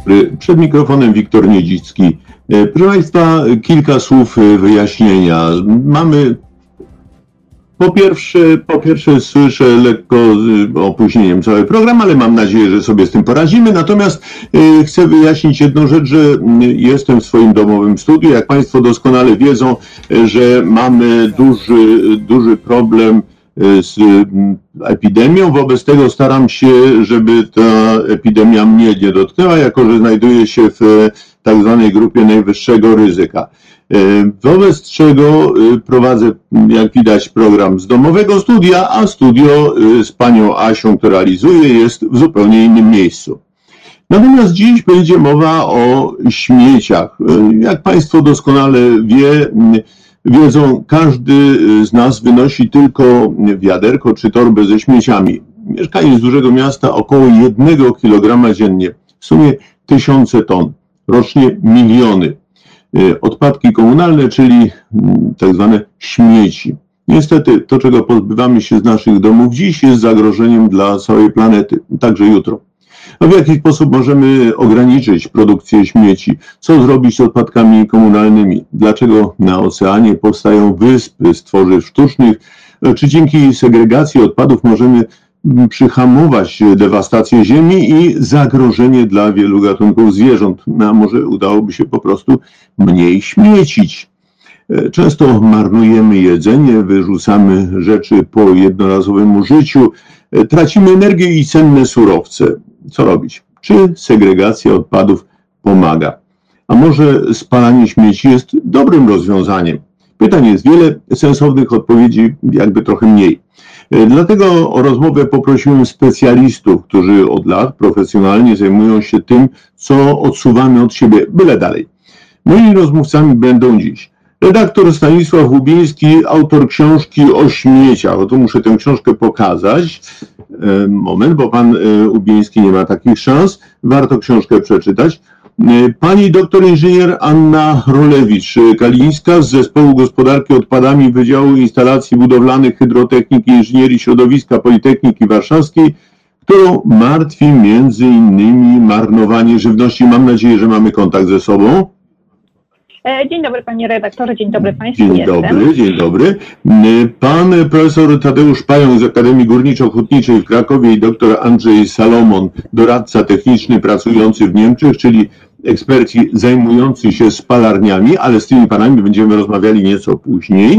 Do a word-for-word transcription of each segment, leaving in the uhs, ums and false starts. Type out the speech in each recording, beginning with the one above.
dobry. Przed mikrofonem Wiktor Niedzicki. Proszę Państwa, kilka słów wyjaśnienia. Mamy po pierwsze, po pierwsze słyszę lekko z opóźnieniem cały program, ale mam nadzieję, że sobie z tym poradzimy. Natomiast chcę wyjaśnić jedną rzecz, że jestem w swoim domowym studiu. Jak Państwo doskonale wiedzą, że mamy duży, duży problem z epidemią. Wobec tego staram się, żeby ta epidemia mnie nie dotknęła, jako że znajduję się w tak zwanej grupie najwyższego ryzyka. Wobec czego prowadzę, jak widać, program z domowego studia, a studio z panią Asią, która realizuje, jest w zupełnie innym miejscu. Natomiast dziś będzie mowa o śmieciach. Jak Państwo doskonale wie, wiedzą, każdy z nas wynosi tylko wiaderko czy torbę ze śmieciami. Mieszkaniec dużego miasta około jednego kilograma dziennie, w sumie tysiące ton, rocznie miliony. Odpadki komunalne, czyli tak zwane śmieci. Niestety to, czego pozbywamy się z naszych domów dziś, jest zagrożeniem dla całej planety, także jutro. A w jaki sposób możemy ograniczyć produkcję śmieci? Co zrobić z odpadkami komunalnymi? Dlaczego na oceanie powstają wyspy z tworzyw sztucznych? Czy dzięki segregacji odpadów możemy przyhamować dewastację ziemi i zagrożenie dla wielu gatunków zwierząt? A może udałoby się po prostu mniej śmiecić? Często marnujemy jedzenie, wyrzucamy rzeczy po jednorazowym użyciu, tracimy energię i cenne surowce. Co robić? Czy segregacja odpadów pomaga? A może spalanie śmieci jest dobrym rozwiązaniem? Pytań jest wiele, sensownych odpowiedzi jakby trochę mniej. Dlatego o rozmowę poprosiłem specjalistów, którzy od lat profesjonalnie zajmują się tym, co odsuwamy od siebie, byle dalej. Moimi rozmówcami będą dziś redaktor Stanisław Łubiński, autor książki o śmieciach. O tu muszę tę książkę pokazać. Moment, bo pan Łubiński nie ma takich szans. Warto książkę przeczytać. Pani doktor inżynier Anna Rolewicz-Kalińska z Zespołu Gospodarki Odpadami Wydziału Instalacji Budowlanych Hydrotechniki i Inżynierii Środowiska Politechniki Warszawskiej, którą martwi między innymi marnowanie żywności. Mam nadzieję, że mamy kontakt ze sobą. Dzień dobry panie redaktorze, dzień dobry państwu. Dzień Jestem. dobry, dzień dobry. Pan profesor Tadeusz Pająk z Akademii Górniczo-Hutniczej w Krakowie i doktor Andrzej Salomon, doradca techniczny pracujący w Niemczech, czyli eksperci zajmujący się spalarniami, ale z tymi panami będziemy rozmawiali nieco później.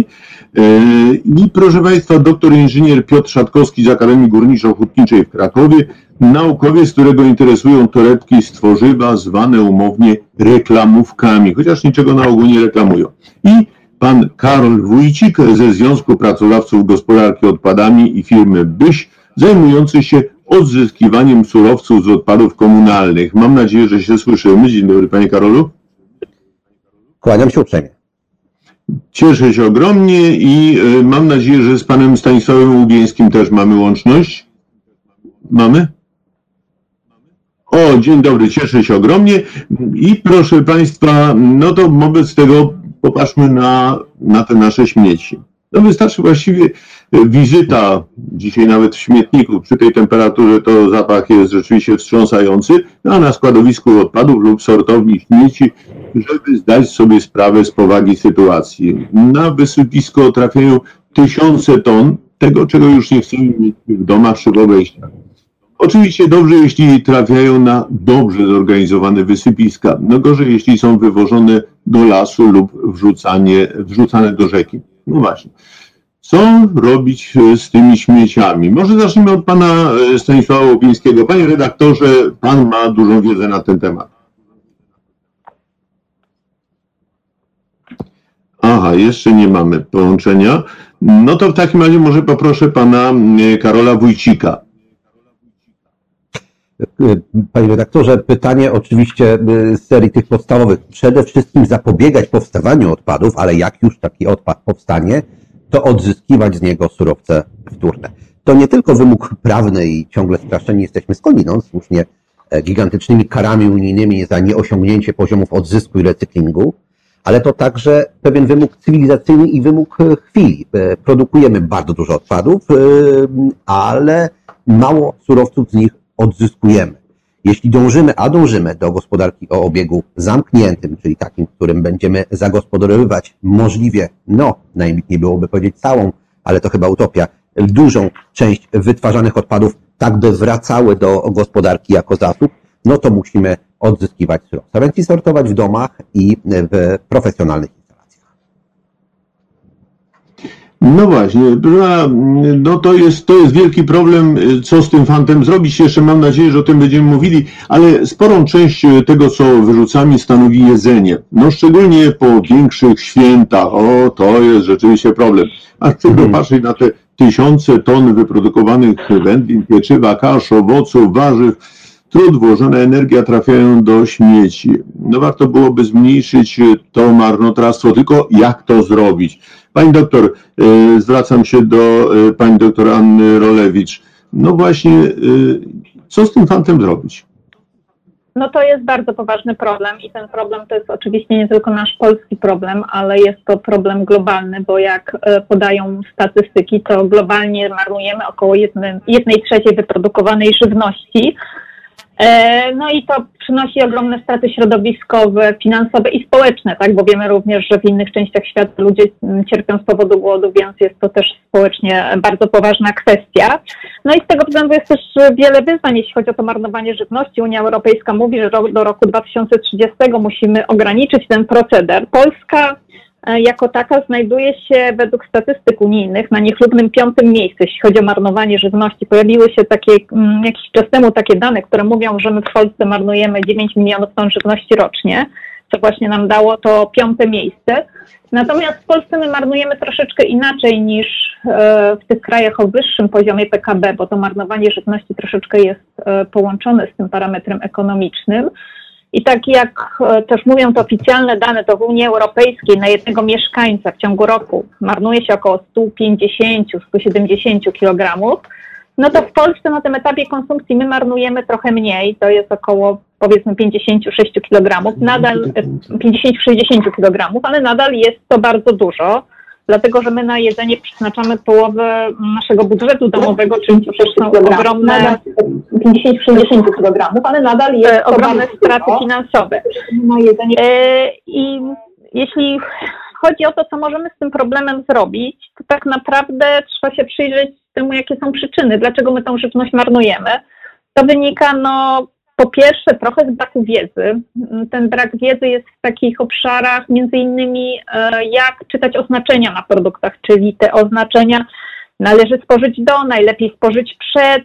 I proszę Państwa, doktor inżynier Piotr Szatkowski z Akademii Górniczo-Hutniczej w Krakowie, naukowiec, którego interesują torebki z tworzywa zwane umownie reklamówkami, chociaż niczego na ogół nie reklamują. I pan Karol Wójcik ze Związku Pracodawców Gospodarki Odpadami i firmy Byś, zajmujący się odzyskiwaniem surowców z odpadów komunalnych. Mam nadzieję, że się słyszymy. Dzień dobry panie Karolu. Kłaniam się uprzejmie. Cieszę się ogromnie i mam nadzieję, że z panem Stanisławem Łubińskim też mamy łączność. Mamy? O, dzień dobry, cieszę się ogromnie i proszę Państwa, no to wobec tego popatrzmy na, na te nasze śmieci. No wystarczy właściwie wizyta, dzisiaj nawet w śmietniku, przy tej temperaturze to zapach jest rzeczywiście wstrząsający, a na składowisku odpadów lub sortowni śmieci, żeby zdać sobie sprawę z powagi sytuacji. Na wysypisko trafiają tysiące ton tego, czego już nie chcemy mieć w domach czy w wejściach. Oczywiście dobrze, jeśli trafiają na dobrze zorganizowane wysypiska. No gorzej, jeśli są wywożone do lasu lub wrzucanie, wrzucane do rzeki. No właśnie. Co robić z tymi śmieciami? Może zacznijmy od pana Stanisława Łubińskiego. Panie redaktorze, pan ma dużą wiedzę na ten temat. Aha, jeszcze nie mamy połączenia. No to w takim razie może poproszę pana Karola Wójcika. Panie redaktorze, pytanie oczywiście z serii tych podstawowych. Przede wszystkim zapobiegać powstawaniu odpadów, ale jak już taki odpad powstanie, to odzyskiwać z niego surowce wtórne. To nie tylko wymóg prawny i ciągle straszeni jesteśmy skądinąd, słusznie gigantycznymi karami unijnymi za nieosiągnięcie poziomów odzysku i recyklingu, ale to także pewien wymóg cywilizacyjny i wymóg chwili. Produkujemy bardzo dużo odpadów, ale mało surowców z nich odzyskujemy. Jeśli dążymy, a dążymy do gospodarki o obiegu zamkniętym, czyli takim, w którym będziemy zagospodarowywać możliwie, no najmniej byłoby powiedzieć całą, ale to chyba utopia, dużą część wytwarzanych odpadów, tak by wracały do gospodarki jako zasób, no to musimy odzyskiwać surowce, więc i sortować w domach i w profesjonalnych instalacjach. No właśnie, no to jest, to jest wielki problem, co z tym fantem zrobić. Jeszcze mam nadzieję, że o tym będziemy mówili, ale sporą część tego, co wyrzucamy, stanowi jedzenie. No szczególnie po większych świętach, o to jest rzeczywiście problem. Aż przykro hmm. patrzeć na te tysiące ton wyprodukowanych wędlin, pieczywa, kasz, owoców, warzyw, trud, włożona energia trafiają do śmieci. No warto byłoby zmniejszyć to marnotrawstwo, tylko jak to zrobić? Pani doktor, zwracam się do pani doktor Anny Rolewicz. No właśnie, co z tym fantem zrobić? No to jest bardzo poważny problem i ten problem to jest oczywiście nie tylko nasz polski problem, ale jest to problem globalny, bo jak podają statystyki, to globalnie marnujemy około jednej, jednej trzeciej wyprodukowanej żywności. No i to przynosi ogromne straty środowiskowe, finansowe i społeczne, tak? Bo wiemy również, że w innych częściach świata ludzie cierpią z powodu głodu, więc jest to też społecznie bardzo poważna kwestia. No i z tego względu jest też wiele wyzwań, jeśli chodzi o to marnowanie żywności. Unia Europejska mówi, że do roku dwa tysiące trzydziestego musimy ograniczyć ten proceder. Polska jako taka znajduje się według statystyk unijnych na niechlubnym piątym miejscu, jeśli chodzi o marnowanie żywności. Pojawiły się takie jakiś czas temu takie dane, które mówią, że my w Polsce marnujemy dziewięć milionów ton żywności rocznie, co właśnie nam dało to piąte miejsce. Natomiast w Polsce my marnujemy troszeczkę inaczej niż w tych krajach o wyższym poziomie P K B, bo to marnowanie żywności troszeczkę jest połączone z tym parametrem ekonomicznym. I tak jak też mówią to oficjalne dane, to w Unii Europejskiej na jednego mieszkańca w ciągu roku marnuje się około sto pięćdziesiąt do stu siedemdziesięciu kilogramów, no to w Polsce na tym etapie konsumpcji my marnujemy trochę mniej, to jest około powiedzmy pięćdziesiąt sześć kilogramów, nadal pięćdziesiąt do sześćdziesięciu kilogramów, ale nadal jest to bardzo dużo, dlatego że my na jedzenie przeznaczamy połowę naszego budżetu domowego, czyli to też są ogromne pięćdziesiąt do sześćdziesięciu kilogramów, ale nadal jest to ogromne straty finansowe na jedzenie. I jeśli chodzi o to, co możemy z tym problemem zrobić, to tak naprawdę trzeba się przyjrzeć temu, jakie są przyczyny, dlaczego my tą żywność marnujemy. To wynika, no, po pierwsze, trochę z braku wiedzy. Ten brak wiedzy jest w takich obszarach, między innymi jak czytać oznaczenia na produktach, czyli te oznaczenia należy spożyć do, najlepiej spożyć przed,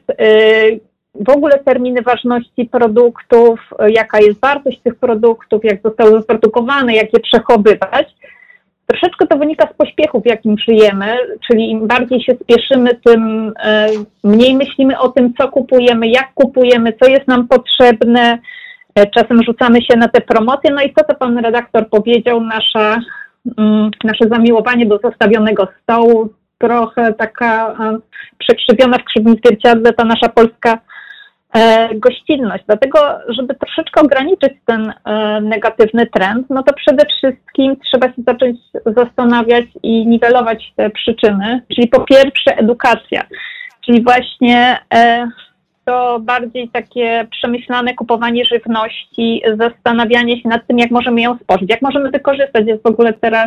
w ogóle terminy ważności produktów, jaka jest wartość tych produktów, jak zostały wyprodukowane, jak je przechowywać. Troszeczkę to wynika z pośpiechu, w jakim żyjemy, czyli im bardziej się spieszymy, tym mniej myślimy o tym, co kupujemy, jak kupujemy, co jest nam potrzebne. Czasem rzucamy się na te promocje. No i to, co pan redaktor powiedział, nasza, nasze zamiłowanie do zostawionego stołu, trochę taka przekrzywiona w krzywym zwierciadle ta nasza polska gościnność. Dlatego, żeby troszeczkę ograniczyć ten negatywny trend, no to przede wszystkim trzeba się zacząć zastanawiać i niwelować te przyczyny, czyli po pierwsze edukacja, czyli właśnie to bardziej takie przemyślane kupowanie żywności, zastanawianie się nad tym, jak możemy ją spożyć, jak możemy wykorzystać. Jest w ogóle teraz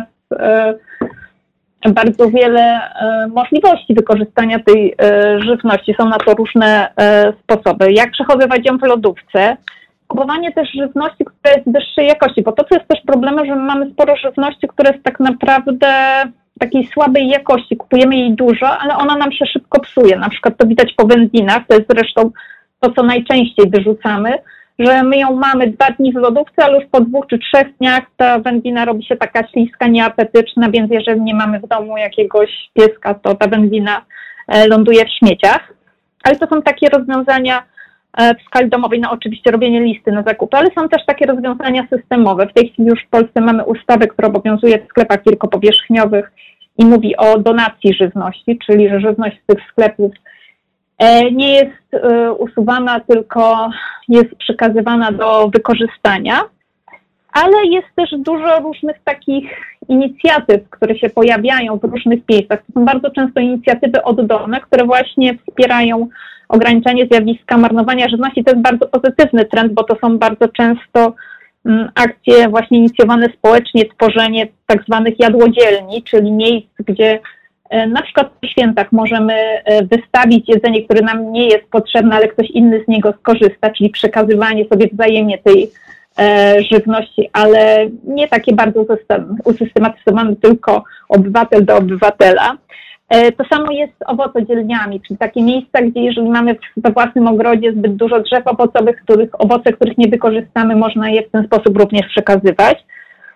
bardzo wiele możliwości wykorzystania tej żywności. Są na to różne sposoby. Jak przechowywać ją w lodówce. Kupowanie też żywności, która jest wyższej jakości, bo to, co jest też problemem, że my mamy sporo żywności, która jest tak naprawdę takiej słabej jakości. Kupujemy jej dużo, ale ona nam się szybko psuje. Na przykład to widać po wędlinach, to jest zresztą to, co najczęściej wyrzucamy, że my ją mamy dwa dni w lodówce, ale już po dwóch czy trzech dniach ta wędlina robi się taka śliska, nieapetyczna, więc jeżeli nie mamy w domu jakiegoś pieska, to ta wędlina ląduje w śmieciach. Ale to są takie rozwiązania w skali domowej, no oczywiście robienie listy na zakupy, ale są też takie rozwiązania systemowe. W tej chwili już w Polsce mamy ustawę, która obowiązuje w sklepach wielkopowierzchniowych i mówi o donacji żywności, czyli że żywność z tych sklepów nie jest usuwana, tylko jest przekazywana do wykorzystania, ale jest też dużo różnych takich inicjatyw, które się pojawiają w różnych miejscach. To są bardzo często inicjatywy oddolne, które właśnie wspierają ograniczanie zjawiska marnowania żywności to jest bardzo pozytywny trend, bo to są bardzo często akcje właśnie inicjowane społecznie, tworzenie tak zwanych jadłodzielni, czyli miejsc, gdzie na przykład w świętach możemy wystawić jedzenie, które nam nie jest potrzebne, ale ktoś inny z niego skorzysta, czyli przekazywanie sobie wzajemnie tej e, żywności, ale nie takie bardzo usystematyzowane, tylko obywatel do obywatela. E, to samo jest z owocodzielniami, czyli takie miejsca, gdzie jeżeli mamy we własnym ogrodzie zbyt dużo drzew owocowych, których, owoce, których nie wykorzystamy, można je w ten sposób również przekazywać.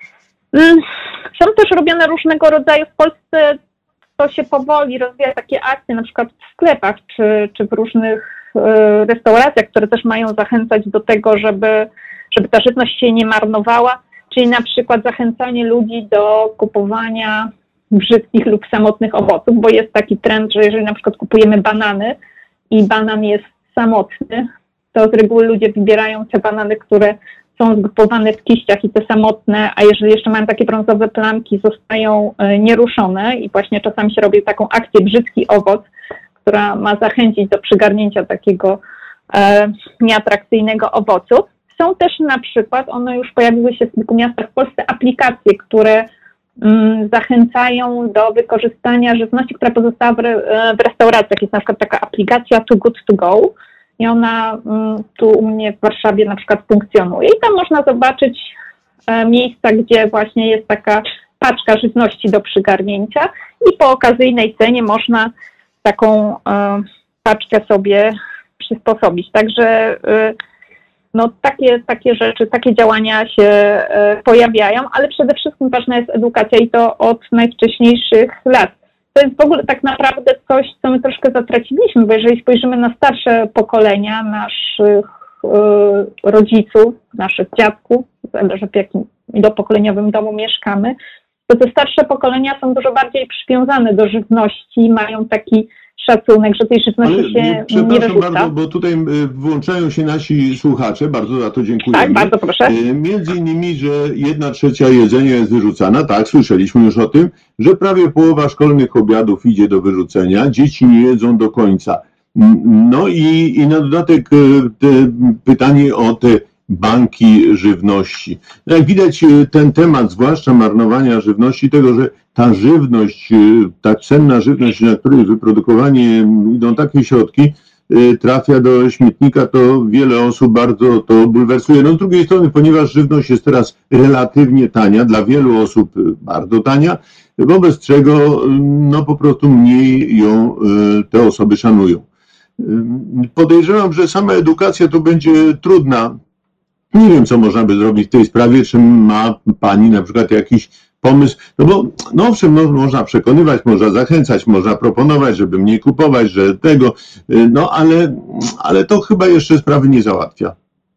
Są też robione różnego rodzaju w Polsce. To się powoli rozwija takie akcje, na przykład w sklepach czy, czy w różnych y, restauracjach, które też mają zachęcać do tego, żeby, żeby ta żywność się nie marnowała, czyli na przykład zachęcanie ludzi do kupowania brzydkich lub samotnych owoców, bo jest taki trend, że jeżeli na przykład kupujemy banany i banan jest samotny, to z reguły ludzie wybierają te banany, które są zgrupowane w kiściach i te samotne, a jeżeli jeszcze mają takie brązowe plamki, zostają nieruszone i właśnie czasami się robi taką akcję brzydki owoc, która ma zachęcić do przygarnięcia takiego e, nieatrakcyjnego owocu. Są też na przykład, one już pojawiły się w kilku miastach w Polsce, aplikacje, które mm, zachęcają do wykorzystania żywności, która pozostała w, w restauracjach. Jest na przykład taka aplikacja Too Good To Go, i ona tu u mnie w Warszawie na przykład funkcjonuje. I tam można zobaczyć miejsca, gdzie właśnie jest taka paczka żywności do przygarnięcia i po okazyjnej cenie można taką paczkę sobie przysposobić. Także no, takie, takie rzeczy, takie działania się pojawiają, ale przede wszystkim ważna jest edukacja i to od najwcześniejszych lat. To jest w ogóle tak naprawdę coś, co my troszkę zatraciliśmy, bo jeżeli spojrzymy na starsze pokolenia naszych y, rodziców, naszych dziadków, zależy w jakim dopokoleniowym domu mieszkamy, to te starsze pokolenia są dużo bardziej przywiązane do żywności, mają taki szacunek, że tej żywności Ale, się nie, nie przepraszam wyrzuca. bardzo, bo tutaj włączają się nasi słuchacze, bardzo za to dziękujemy. Tak, bardzo proszę. Między innymi, że jedna trzecia jedzenia jest wyrzucana, tak, słyszeliśmy już o tym, że prawie połowa szkolnych obiadów idzie do wyrzucenia, dzieci nie jedzą do końca. No i, i na dodatek te pytanie o te banki żywności. Jak widać, ten temat, zwłaszcza marnowania żywności, tego, że ta żywność, ta cenna żywność, na której wyprodukowanie idą takie środki, trafia do śmietnika, to wiele osób bardzo to bulwersuje. No z drugiej strony, ponieważ żywność jest teraz relatywnie tania, dla wielu osób bardzo tania, wobec czego no po prostu mniej ją te osoby szanują. Podejrzewam, że sama edukacja to będzie trudna. Nie wiem, co można by zrobić w tej sprawie, czy ma Pani na przykład jakiś pomysł, no bo no owszem, no, można przekonywać, można zachęcać, można proponować, żeby mniej kupować, że tego, no ale, ale to chyba jeszcze sprawy nie załatwia.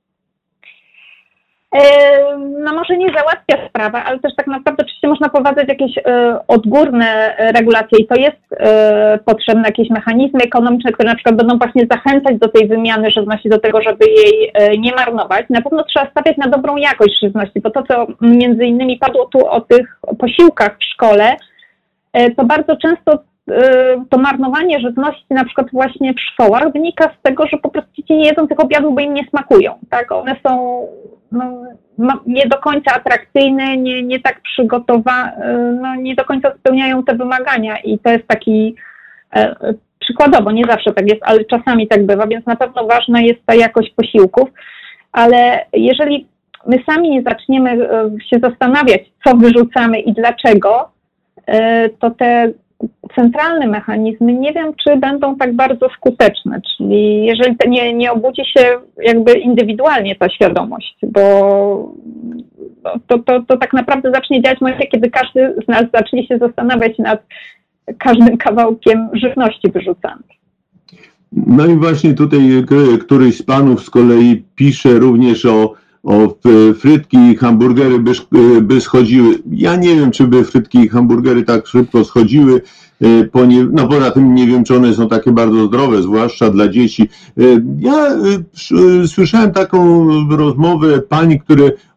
No może nie załatwia sprawy, ale też tak naprawdę oczywiście można wprowadzać jakieś y, odgórne regulacje i to jest y, potrzebne, jakieś mechanizmy ekonomiczne, które na przykład będą właśnie zachęcać do tej wymiany żywności, do tego, żeby jej y, nie marnować. Na pewno trzeba stawiać na dobrą jakość żywności, bo to, co między innymi padło tu o tych posiłkach w szkole, y, to bardzo często y, to marnowanie żywności na przykład właśnie w szkołach wynika z tego, że po prostu dzieci nie jedzą tych obiadów, bo im nie smakują. Tak? One są no, nie do końca atrakcyjne, nie, nie tak przygotowane, no, nie do końca spełniają te wymagania i to jest taki e, przykładowo, nie zawsze tak jest, ale czasami tak bywa, więc na pewno ważna jest ta jakość posiłków, ale jeżeli my sami nie zaczniemy się zastanawiać, co wyrzucamy i dlaczego, e, to te centralne mechanizmy nie wiem, czy będą tak bardzo skuteczne, czyli jeżeli to nie, nie obudzi się jakby indywidualnie ta świadomość, bo to, to, to tak naprawdę zacznie działać w momencie, kiedy każdy z nas zacznie się zastanawiać nad każdym kawałkiem żywności wyrzucanej. No i właśnie tutaj któryś z panów z kolei pisze również o o frytki i hamburgery by, by schodziły. Ja nie wiem, czy by frytki i hamburgery tak szybko schodziły, no poza tym nie wiem, czy one są takie bardzo zdrowe, zwłaszcza dla dzieci. Ja słyszałem taką rozmowę pani, które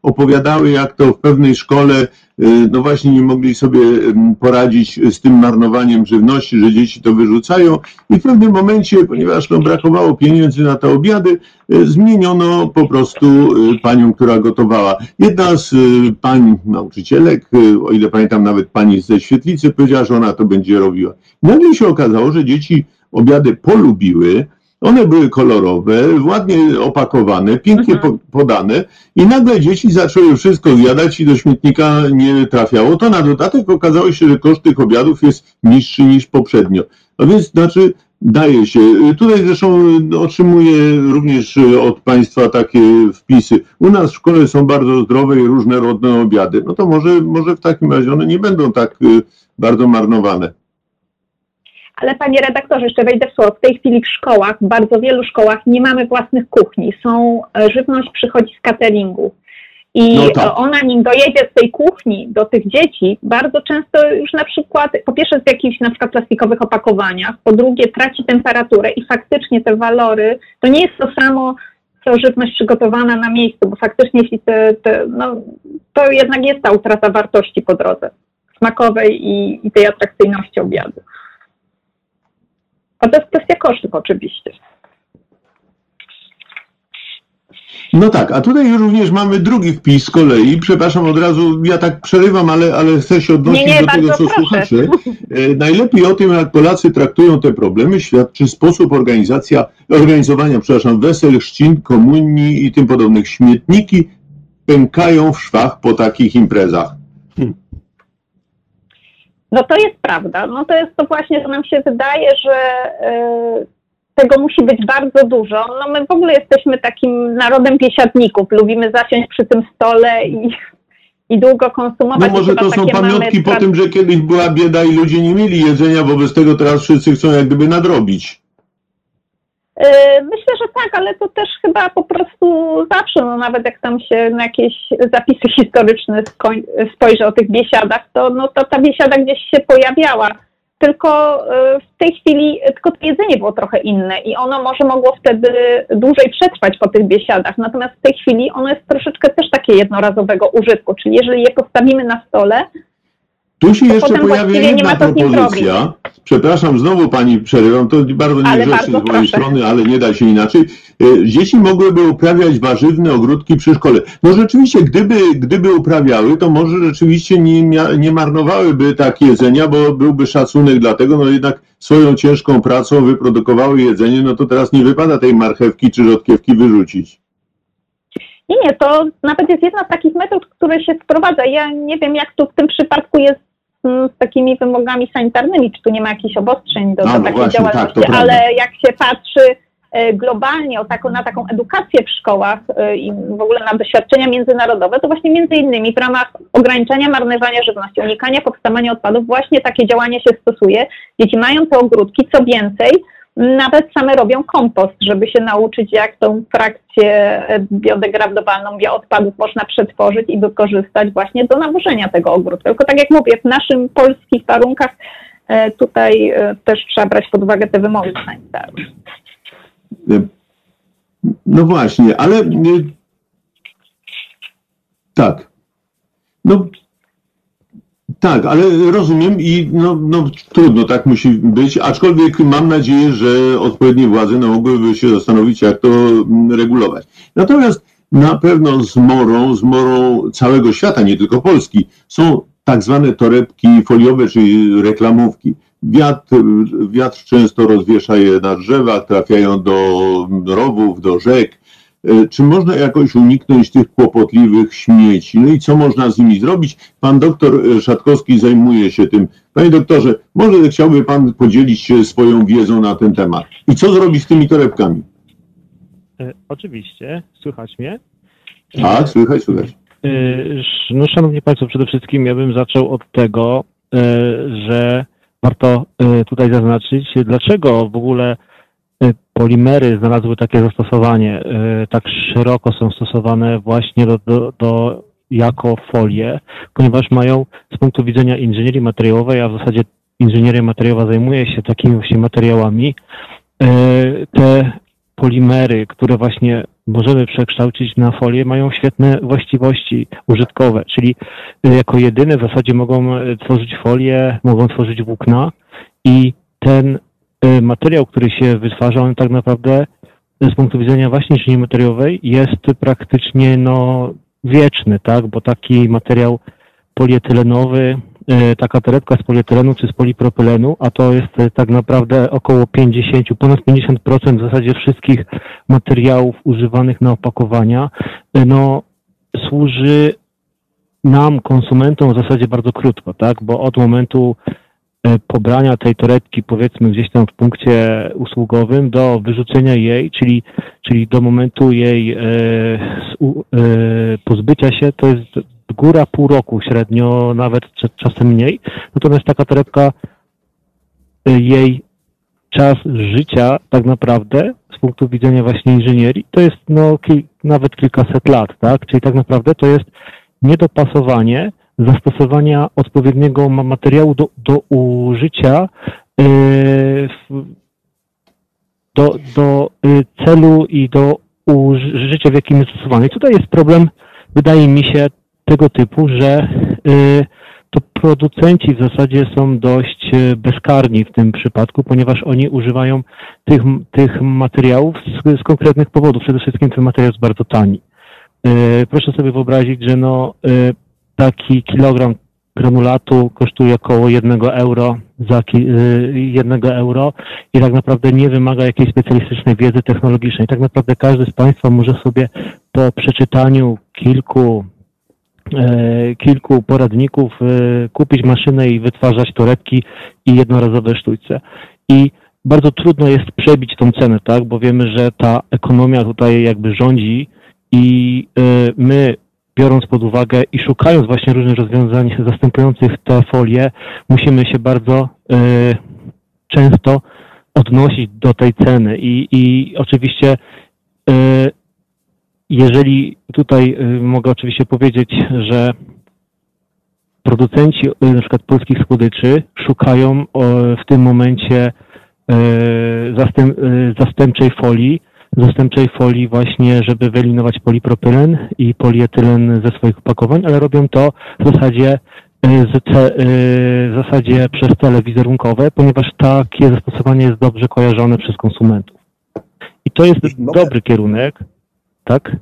opowiadały, jak to w pewnej szkole no właśnie nie mogli sobie poradzić z tym marnowaniem żywności, że dzieci to wyrzucają i w pewnym momencie, ponieważ no, brakowało pieniędzy na te obiady, zmieniono po prostu panią, która gotowała. Jedna z pań nauczycielek, o ile pamiętam nawet pani ze Świetlicy, powiedziała, że ona to będzie robiła. Nagle się okazało, że dzieci obiady polubiły. One były kolorowe, ładnie opakowane, pięknie po, podane i nagle dzieci zaczęły wszystko zjadać i do śmietnika nie trafiało. To na dodatek okazało się, że koszt tych obiadów jest niższy niż poprzednio. A więc znaczy daje się. Tutaj zresztą otrzymuję również od Państwa takie wpisy. U nas w szkole są bardzo zdrowe i różnorodne obiady. No to może, może w takim razie one nie będą tak bardzo marnowane. Ale panie redaktorze, jeszcze wejdę w słowo. W tej chwili w szkołach, w bardzo wielu szkołach nie mamy własnych kuchni. Są, żywność przychodzi z cateringu. I no tak. Ona, nim dojedzie z tej kuchni do tych dzieci, bardzo często już na przykład, po pierwsze w jakichś na przykład plastikowych opakowaniach, po drugie traci temperaturę i faktycznie te walory, to nie jest to samo, co żywność przygotowana na miejscu, bo faktycznie jeśli te, te no, to jednak jest ta utrata wartości po drodze smakowej i, i tej atrakcyjności obiadu. A to jest kwestia kosztów oczywiście. No tak, a tutaj również mamy drugi wpis z kolei. Przepraszam od razu, ja tak przerywam, ale, ale chcę się odnosić nie, nie, do tego, co proszę. Słuchacze. E, najlepiej o tym, jak Polacy traktują te problemy, świadczy sposób organizacja, organizowania przepraszam, wesel, chrzcin, komunii i tym podobnych. Śmietniki pękają w szwach po takich imprezach. Hm. No to jest prawda. No to jest to właśnie, że nam się wydaje, że yy, tego musi być bardzo dużo. No my w ogóle jesteśmy takim narodem biesiadników. Lubimy zasiąść przy tym stole i, i długo konsumować. No może to są pamiątki po tym, że kiedyś była bieda i ludzie nie mieli jedzenia, wobec tego teraz wszyscy chcą jak gdyby nadrobić. Myślę, że tak, ale to też chyba po prostu zawsze, no nawet jak tam się na jakieś zapisy historyczne spojrzy o tych biesiadach, to, no to ta biesiada gdzieś się pojawiała. Tylko w tej chwili, tylko to jedzenie było trochę inne i ono może mogło wtedy dłużej przetrwać po tych biesiadach. Natomiast w tej chwili ono jest troszeczkę też takie jednorazowego użytku, czyli jeżeli je postawimy na stole, tu się jeszcze pojawia jedna propozycja. Przepraszam, znowu pani przerywam, to bardzo niegrzeczne z mojej proszę. strony, ale nie da się inaczej. Dzieci mogłyby uprawiać warzywne ogródki przy szkole. No rzeczywiście, gdyby, gdyby uprawiały, to może rzeczywiście nie, nie marnowałyby tak jedzenia, bo byłby szacunek dla tego, no jednak swoją ciężką pracą wyprodukowały jedzenie, no to teraz nie wypada tej marchewki czy rzodkiewki wyrzucić. Nie, nie, to nawet jest jedna z takich metod, które się wprowadza. Ja nie wiem, jak tu w tym przypadku jest z takimi wymogami sanitarnymi, czy tu nie ma jakichś obostrzeń do, do no takiej właśnie, działalności, tak, ale jak się patrzy globalnie o taką, na taką edukację w szkołach i w ogóle na doświadczenia międzynarodowe, to właśnie między innymi w ramach ograniczania marnowania żywności, unikania powstawania odpadów, właśnie takie działanie się stosuje. Dzieci mają te ogródki, co więcej, nawet same robią kompost, żeby się nauczyć, jak tą frakcję biodegradowalną bioodpadów można przetworzyć i wykorzystać właśnie do nawożenia tego ogródka. Tylko tak jak mówię, w naszym polskich warunkach tutaj też trzeba brać pod uwagę te wymogi sanitarne. No właśnie, ale tak. No tak, ale rozumiem i no, no trudno, tak musi być, aczkolwiek mam nadzieję, że odpowiednie władze no, mogłyby się zastanowić, jak to regulować. Natomiast na pewno zmorą, zmorą całego świata, nie tylko Polski, są tak zwane torebki foliowe, czyli reklamówki. Wiatr, wiatr często rozwiesza je na drzewach, trafiają do rowów, do rzek. Czy można jakoś uniknąć tych kłopotliwych śmieci? No i co można z nimi zrobić? Pan doktor Szatkowski zajmuje się tym. Panie doktorze, może chciałby pan podzielić się swoją wiedzą na ten temat. I co zrobić z tymi torebkami? E, oczywiście. Słychać mnie? Tak, słychać, słychać. E, no szanowni państwo, przede wszystkim ja bym zaczął od tego, e, że warto e, tutaj zaznaczyć, dlaczego w ogóle polimery znalazły takie zastosowanie, tak szeroko są stosowane właśnie do, do, do, jako folie, ponieważ mają z punktu widzenia inżynierii materiałowej, a w zasadzie inżynieria materiałowa zajmuje się takimi właśnie materiałami, te polimery, które właśnie możemy przekształcić na folię, mają świetne właściwości użytkowe, czyli jako jedyne w zasadzie mogą tworzyć folię, mogą tworzyć włókna i ten materiał, który się wytwarza, on tak naprawdę z punktu widzenia właśnie inżynierii materiałowej jest praktycznie no, wieczny, tak, bo taki materiał polietylenowy, taka torebka z polietylenu czy z polipropylenu, a to jest tak naprawdę około pięćdziesiąt, ponad pięćdziesiąt procent w zasadzie wszystkich materiałów używanych na opakowania, no służy nam, konsumentom w zasadzie bardzo krótko, tak, bo od momentu pobrania tej torebki, powiedzmy gdzieś tam w punkcie usługowym, do wyrzucenia jej, czyli, czyli do momentu jej e, su, e, pozbycia się, to jest góra pół roku średnio, nawet czasem mniej. Natomiast taka torebka, jej czas życia tak naprawdę z punktu widzenia właśnie inżynierii, to jest no, kil, nawet kilkaset lat, tak? Czyli tak naprawdę to jest niedopasowanie zastosowania odpowiedniego materiału do, do użycia yy, do, do celu i do użycia, w jakim jest stosowany. I tutaj jest problem, wydaje mi się, tego typu, że yy, to producenci w zasadzie są dość bezkarni w tym przypadku, ponieważ oni używają tych, tych materiałów z, z konkretnych powodów. Przede wszystkim ten materiał jest bardzo tani. Yy, proszę sobie wyobrazić, że no yy, taki kilogram granulatu kosztuje około jednego euro za ki, jednego euro i tak naprawdę nie wymaga jakiejś specjalistycznej wiedzy technologicznej. Tak naprawdę każdy z Państwa może sobie po przeczytaniu kilku e, kilku poradników e, kupić maszynę i wytwarzać torebki i jednorazowe sztućce. I bardzo trudno jest przebić tą cenę, tak, bo wiemy, że ta ekonomia tutaj jakby rządzi i e, my, biorąc pod uwagę i szukając właśnie różnych rozwiązań zastępujących te folie, musimy się bardzo y, często odnosić do tej ceny i, i oczywiście y, jeżeli tutaj y, mogę oczywiście powiedzieć, że producenci y, na przykład polskich słodyczy szukają y, w tym momencie y, zastęp, y, zastępczej folii, zastępczej folii właśnie, żeby wyeliminować polipropylen i polietylen ze swoich opakowań, ale robią to w zasadzie, w zasadzie przez cele wizerunkowe, ponieważ takie zastosowanie jest dobrze kojarzone przez konsumentów. I to jest dobry kierunek, tak?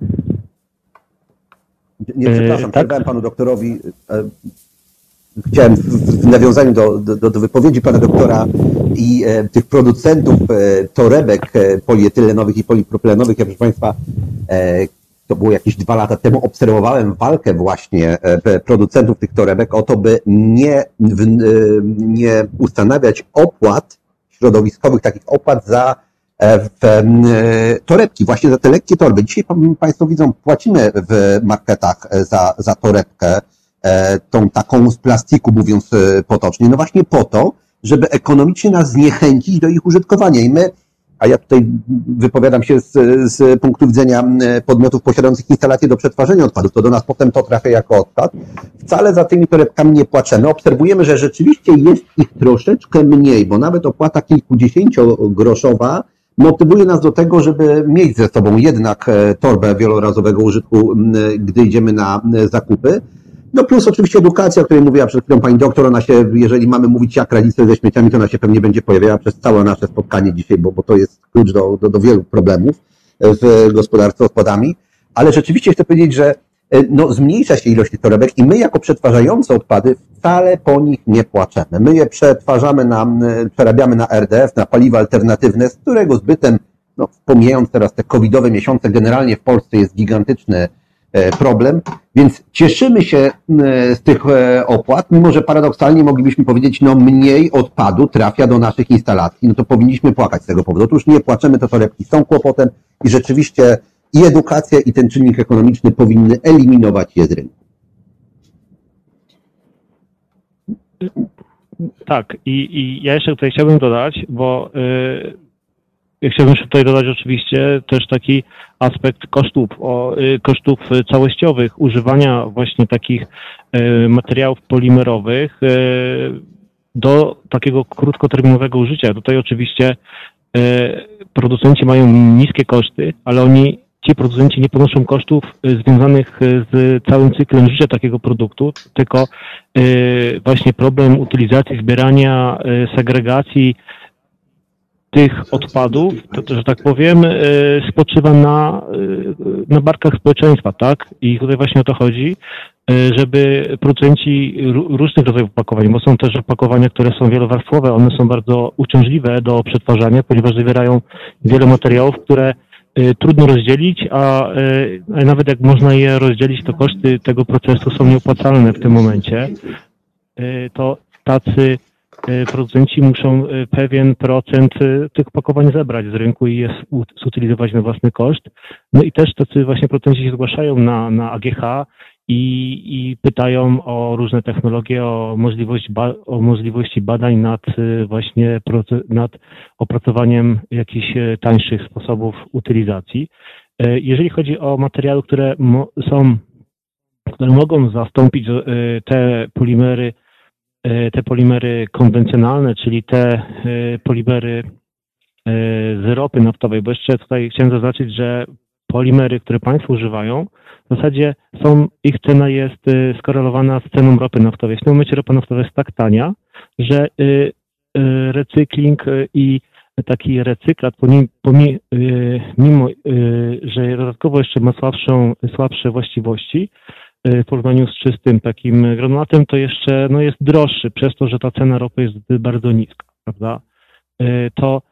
Nie, przepraszam, e, tak? przerwałem panu doktorowi. Chciałem w nawiązaniu do, do, do wypowiedzi pana doktora i e, tych producentów e, torebek e, polietylenowych i polipropylenowych, ja proszę państwa, e, to było jakieś dwa lata temu, obserwowałem walkę właśnie e, producentów tych torebek o to, by nie, w, e, nie ustanawiać opłat środowiskowych, takich opłat za e, w, e, torebki, właśnie za te lekkie torby. Dzisiaj państwo widzą, płacimy w marketach za, za torebkę, tą taką z plastiku, mówiąc potocznie, no właśnie po to, żeby ekonomicznie nas zniechęcić do ich użytkowania. I my, a ja tutaj wypowiadam się z, z punktu widzenia podmiotów posiadających instalacje do przetwarzania odpadów, to do nas potem to trafia jako odpad, wcale za tymi torebkami nie płaczemy. Obserwujemy, że rzeczywiście jest ich troszeczkę mniej, bo nawet opłata kilkudziesięciogroszowa motywuje nas do tego, żeby mieć ze sobą jednak torbę wielorazowego użytku, gdy idziemy na zakupy. No plus oczywiście edukacja, o której mówiła przed chwilą pani doktor, ona się, jeżeli mamy mówić jak radzić sobie ze śmieciami, to ona się pewnie będzie pojawiała przez całe nasze spotkanie dzisiaj, bo, bo to jest klucz do, do, do wielu problemów w gospodarce odpadami. Ale rzeczywiście chcę powiedzieć, że no, zmniejsza się ilość tych torebek i my jako przetwarzający odpady wcale po nich nie płaczemy. My je przetwarzamy na, przerabiamy na R D F, na paliwa alternatywne, z którego zbytem, no pomijając teraz te covidowe miesiące, generalnie w Polsce jest gigantyczny problem, więc cieszymy się z tych opłat, mimo że paradoksalnie moglibyśmy powiedzieć, no mniej odpadu trafia do naszych instalacji, no to powinniśmy płakać z tego powodu. Otóż nie płaczemy, to torebki są kłopotem i rzeczywiście i edukacja, i ten czynnik ekonomiczny powinny eliminować je z rynku. Tak, i, i ja jeszcze tutaj chciałbym dodać, bo yy... ja chciałbym tutaj dodać oczywiście też taki aspekt kosztów, o, kosztów całościowych używania właśnie takich materiałów polimerowych do takiego krótkoterminowego użycia. Tutaj oczywiście producenci mają niskie koszty, ale oni, ci producenci nie ponoszą kosztów związanych z całym cyklem życia takiego produktu, tylko właśnie problem utylizacji, zbierania, segregacji tych odpadów, to, to, że tak powiem, spoczywa na, na barkach społeczeństwa, tak? I tutaj właśnie o to chodzi, żeby producenci różnych rodzajów opakowań, bo są też opakowania, które są wielowarstwowe, one są bardzo uciążliwe do przetwarzania, ponieważ zawierają wiele materiałów, które trudno rozdzielić, a, a nawet jak można je rozdzielić, to koszty tego procesu są nieopłacalne w tym momencie. To tacy producenci muszą pewien procent tych opakowań zebrać z rynku i je zutylizować na własny koszt. No i też tacy właśnie producenci się zgłaszają na, na A G H i, i pytają o różne technologie, o możliwość, ba, o możliwości badań nad właśnie nad opracowaniem jakichś tańszych sposobów utylizacji. Jeżeli chodzi o materiały, które mo, są, które mogą zastąpić te polimery, te polimery konwencjonalne, czyli te polimery z ropy naftowej, bo jeszcze tutaj chciałem zaznaczyć, że polimery, które Państwo używają, w zasadzie są, ich cena jest skorelowana z ceną ropy naftowej. W tym momencie ropa naftowa jest tak tania, że recykling i taki recyklat, mimo że dodatkowo jeszcze ma słabszą, słabsze właściwości, w porównaniu z czystym takim granulatem, to jeszcze no, jest droższy, przez to, że ta cena ropy jest bardzo niska, prawda? To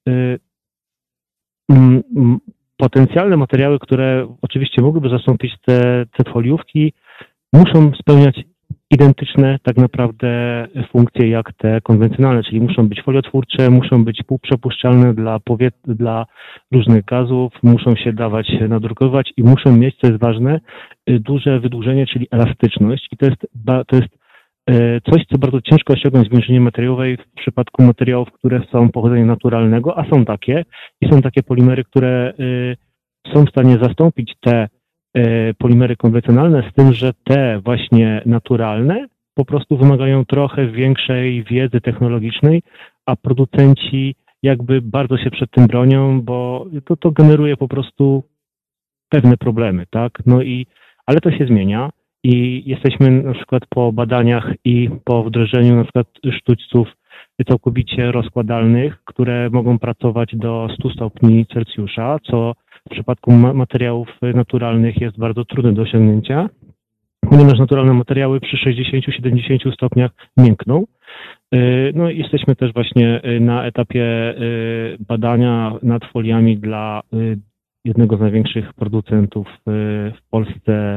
mm, potencjalne materiały, które oczywiście mogłyby zastąpić te, te foliówki, muszą spełniać identyczne tak naprawdę funkcje jak te konwencjonalne, czyli muszą być foliotwórcze, muszą być półprzepuszczalne dla, powiat- dla różnych gazów, muszą się dawać nadrukować i muszą mieć, co jest ważne, duże wydłużenie, czyli elastyczność. I to jest, to jest coś, co bardzo ciężko osiągnąć w inżynierii materiałowej w przypadku materiałów, które są pochodzenia naturalnego, a są takie i są takie polimery, które są w stanie zastąpić te polimery konwencjonalne, z tym, że te właśnie naturalne po prostu wymagają trochę większej wiedzy technologicznej, a producenci jakby bardzo się przed tym bronią, bo to, to generuje po prostu pewne problemy, tak? No i, ale to się zmienia i jesteśmy na przykład po badaniach i po wdrożeniu na przykład sztućców całkowicie rozkładalnych, które mogą pracować do stu stopni Celsjusza, co w przypadku ma- materiałów naturalnych jest bardzo trudne do osiągnięcia, ponieważ naturalne materiały przy sześćdziesięciu do siedemdziesięciu stopniach miękną. No i jesteśmy też właśnie na etapie badania nad foliami dla jednego z największych producentów w Polsce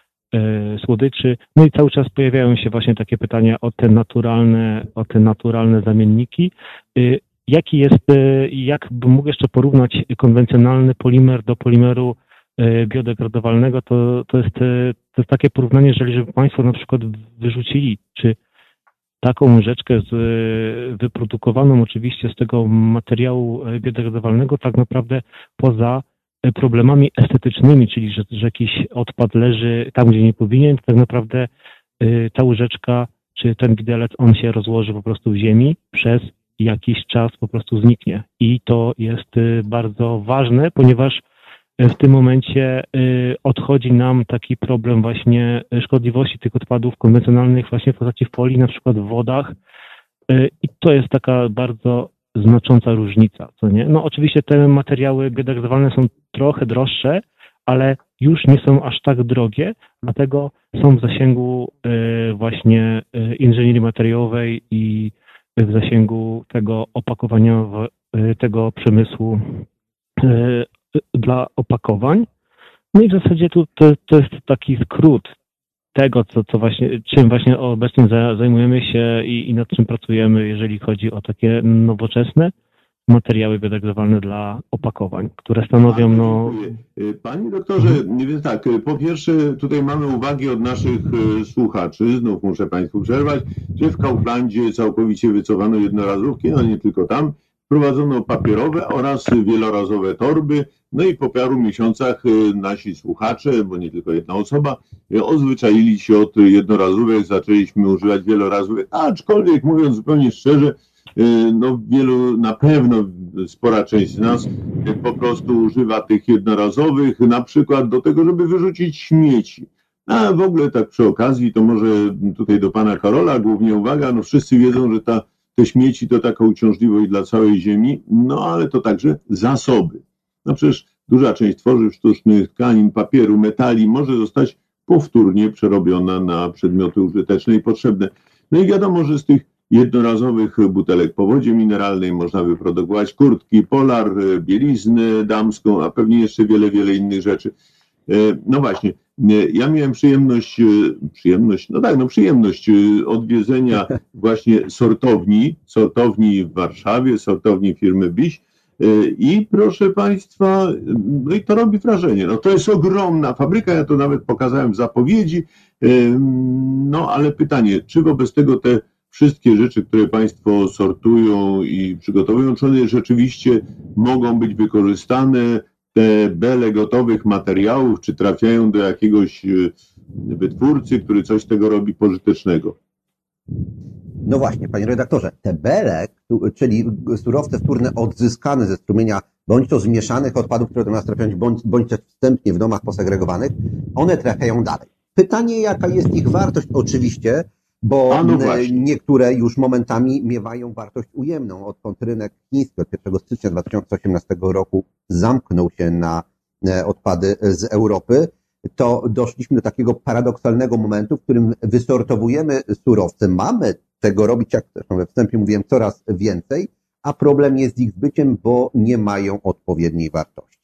słodyczy. No i cały czas pojawiają się właśnie takie pytania o te naturalne, o te naturalne zamienniki. Jaki jest, jak bym mógł jeszcze porównać konwencjonalny polimer do polimeru biodegradowalnego, to, to, jest, to jest takie porównanie, jeżeli żeby Państwo na przykład wyrzucili, czy taką łyżeczkę z, wyprodukowaną oczywiście z tego materiału biodegradowalnego, tak naprawdę poza problemami estetycznymi, czyli że, że jakiś odpad leży tam, gdzie nie powinien, to tak naprawdę ta łyżeczka, czy ten widelec, on się rozłoży po prostu w ziemi, przez jakiś czas po prostu zniknie. I to jest bardzo ważne, ponieważ w tym momencie odchodzi nam taki problem właśnie szkodliwości tych odpadów konwencjonalnych właśnie w postaci folii, na przykład w wodach. I to jest taka bardzo znacząca różnica, co nie? No oczywiście te materiały biodegradowalne są trochę droższe, ale już nie są aż tak drogie, dlatego są w zasięgu właśnie inżynierii materiałowej i w zasięgu tego opakowania, tego przemysłu dla opakowań. No i w zasadzie tu to, to jest taki skrót tego, co, co właśnie, czym właśnie obecnie zajmujemy się i, i nad czym pracujemy, jeżeli chodzi o takie nowoczesne materiały biodegradowalne dla opakowań, które stanowią, no... Panie doktorze, więc tak, po pierwsze tutaj mamy uwagi od naszych słuchaczy, znów muszę Państwu przerwać, że w Kauflandzie całkowicie wycofano jednorazówki, no nie tylko tam, wprowadzono papierowe oraz wielorazowe torby, no i po paru miesiącach nasi słuchacze, bo nie tylko jedna osoba, odzwyczaili się od jednorazówek, zaczęliśmy używać wielorazówek, aczkolwiek mówiąc zupełnie szczerze, no wielu, na pewno spora część z nas po prostu używa tych jednorazowych, na przykład do tego, żeby wyrzucić śmieci. A w ogóle tak przy okazji, to może tutaj do pana Karola głównie uwaga, no wszyscy wiedzą, że ta, te śmieci to taka uciążliwość dla całej Ziemi, no ale to także zasoby. No przecież duża część tworzyw sztucznych, tkanin, papieru, metali może zostać powtórnie przerobiona na przedmioty użyteczne i potrzebne. No i wiadomo, że z tych jednorazowych butelek po wodzie mineralnej można wyprodukować kurtki, polar, bieliznę damską, a pewnie jeszcze wiele, wiele innych rzeczy. No właśnie, ja miałem przyjemność, przyjemność, no tak, no przyjemność odwiedzenia właśnie sortowni, sortowni w Warszawie, sortowni firmy Biś. I proszę Państwa, no i to robi wrażenie. No to jest ogromna fabryka, ja to nawet pokazałem w zapowiedzi. No ale pytanie, czy wobec tego te wszystkie rzeczy, które Państwo sortują i przygotowują, czy one rzeczywiście mogą być wykorzystane, te bele gotowych materiałów, czy trafiają do jakiegoś wytwórcy, który coś z tego robi pożytecznego? No właśnie, panie redaktorze, te bele, czyli surowce wtórne odzyskane ze strumienia bądź to zmieszanych odpadów, które do nas trafiają, bądź, bądź też wstępnie w domach posegregowanych, one trafiają dalej. Pytanie, jaka jest ich wartość? Oczywiście, bo no niektóre już momentami miewają wartość ujemną. Odkąd rynek chiński od pierwszego stycznia dwa tysiące osiemnastego roku zamknął się na odpady z Europy, to doszliśmy do takiego paradoksalnego momentu, w którym wysortowujemy surowce. Mamy tego robić, jak zresztą we wstępie mówiłem, coraz więcej, a problem jest z ich zbyciem, bo nie mają odpowiedniej wartości.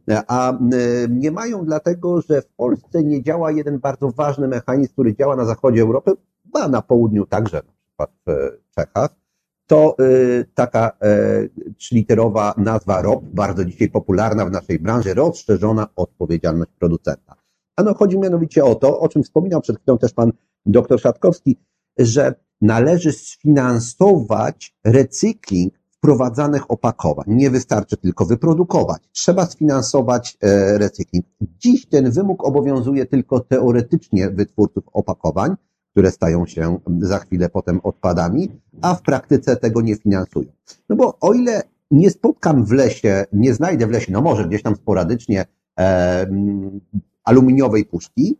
A nie mają dlatego, że w Polsce nie działa jeden bardzo ważny mechanizm, który działa na zachodzie Europy, a na południu także, na przykład w Czechach. To y, taka y, trzyliterowa nazwa R O P, bardzo dzisiaj popularna w naszej branży, rozszerzona odpowiedzialność producenta. A no chodzi mianowicie o to, o czym wspominał przed chwilą też pan doktor Szatkowski, że należy sfinansować recykling wprowadzanych opakowań. Nie wystarczy tylko wyprodukować. Trzeba sfinansować e, recykling. Dziś ten wymóg obowiązuje tylko teoretycznie wytwórców opakowań, które stają się za chwilę potem odpadami, a w praktyce tego nie finansują. No bo o ile nie spotkam w lesie, nie znajdę w lesie, no może gdzieś tam sporadycznie e, aluminiowej puszki,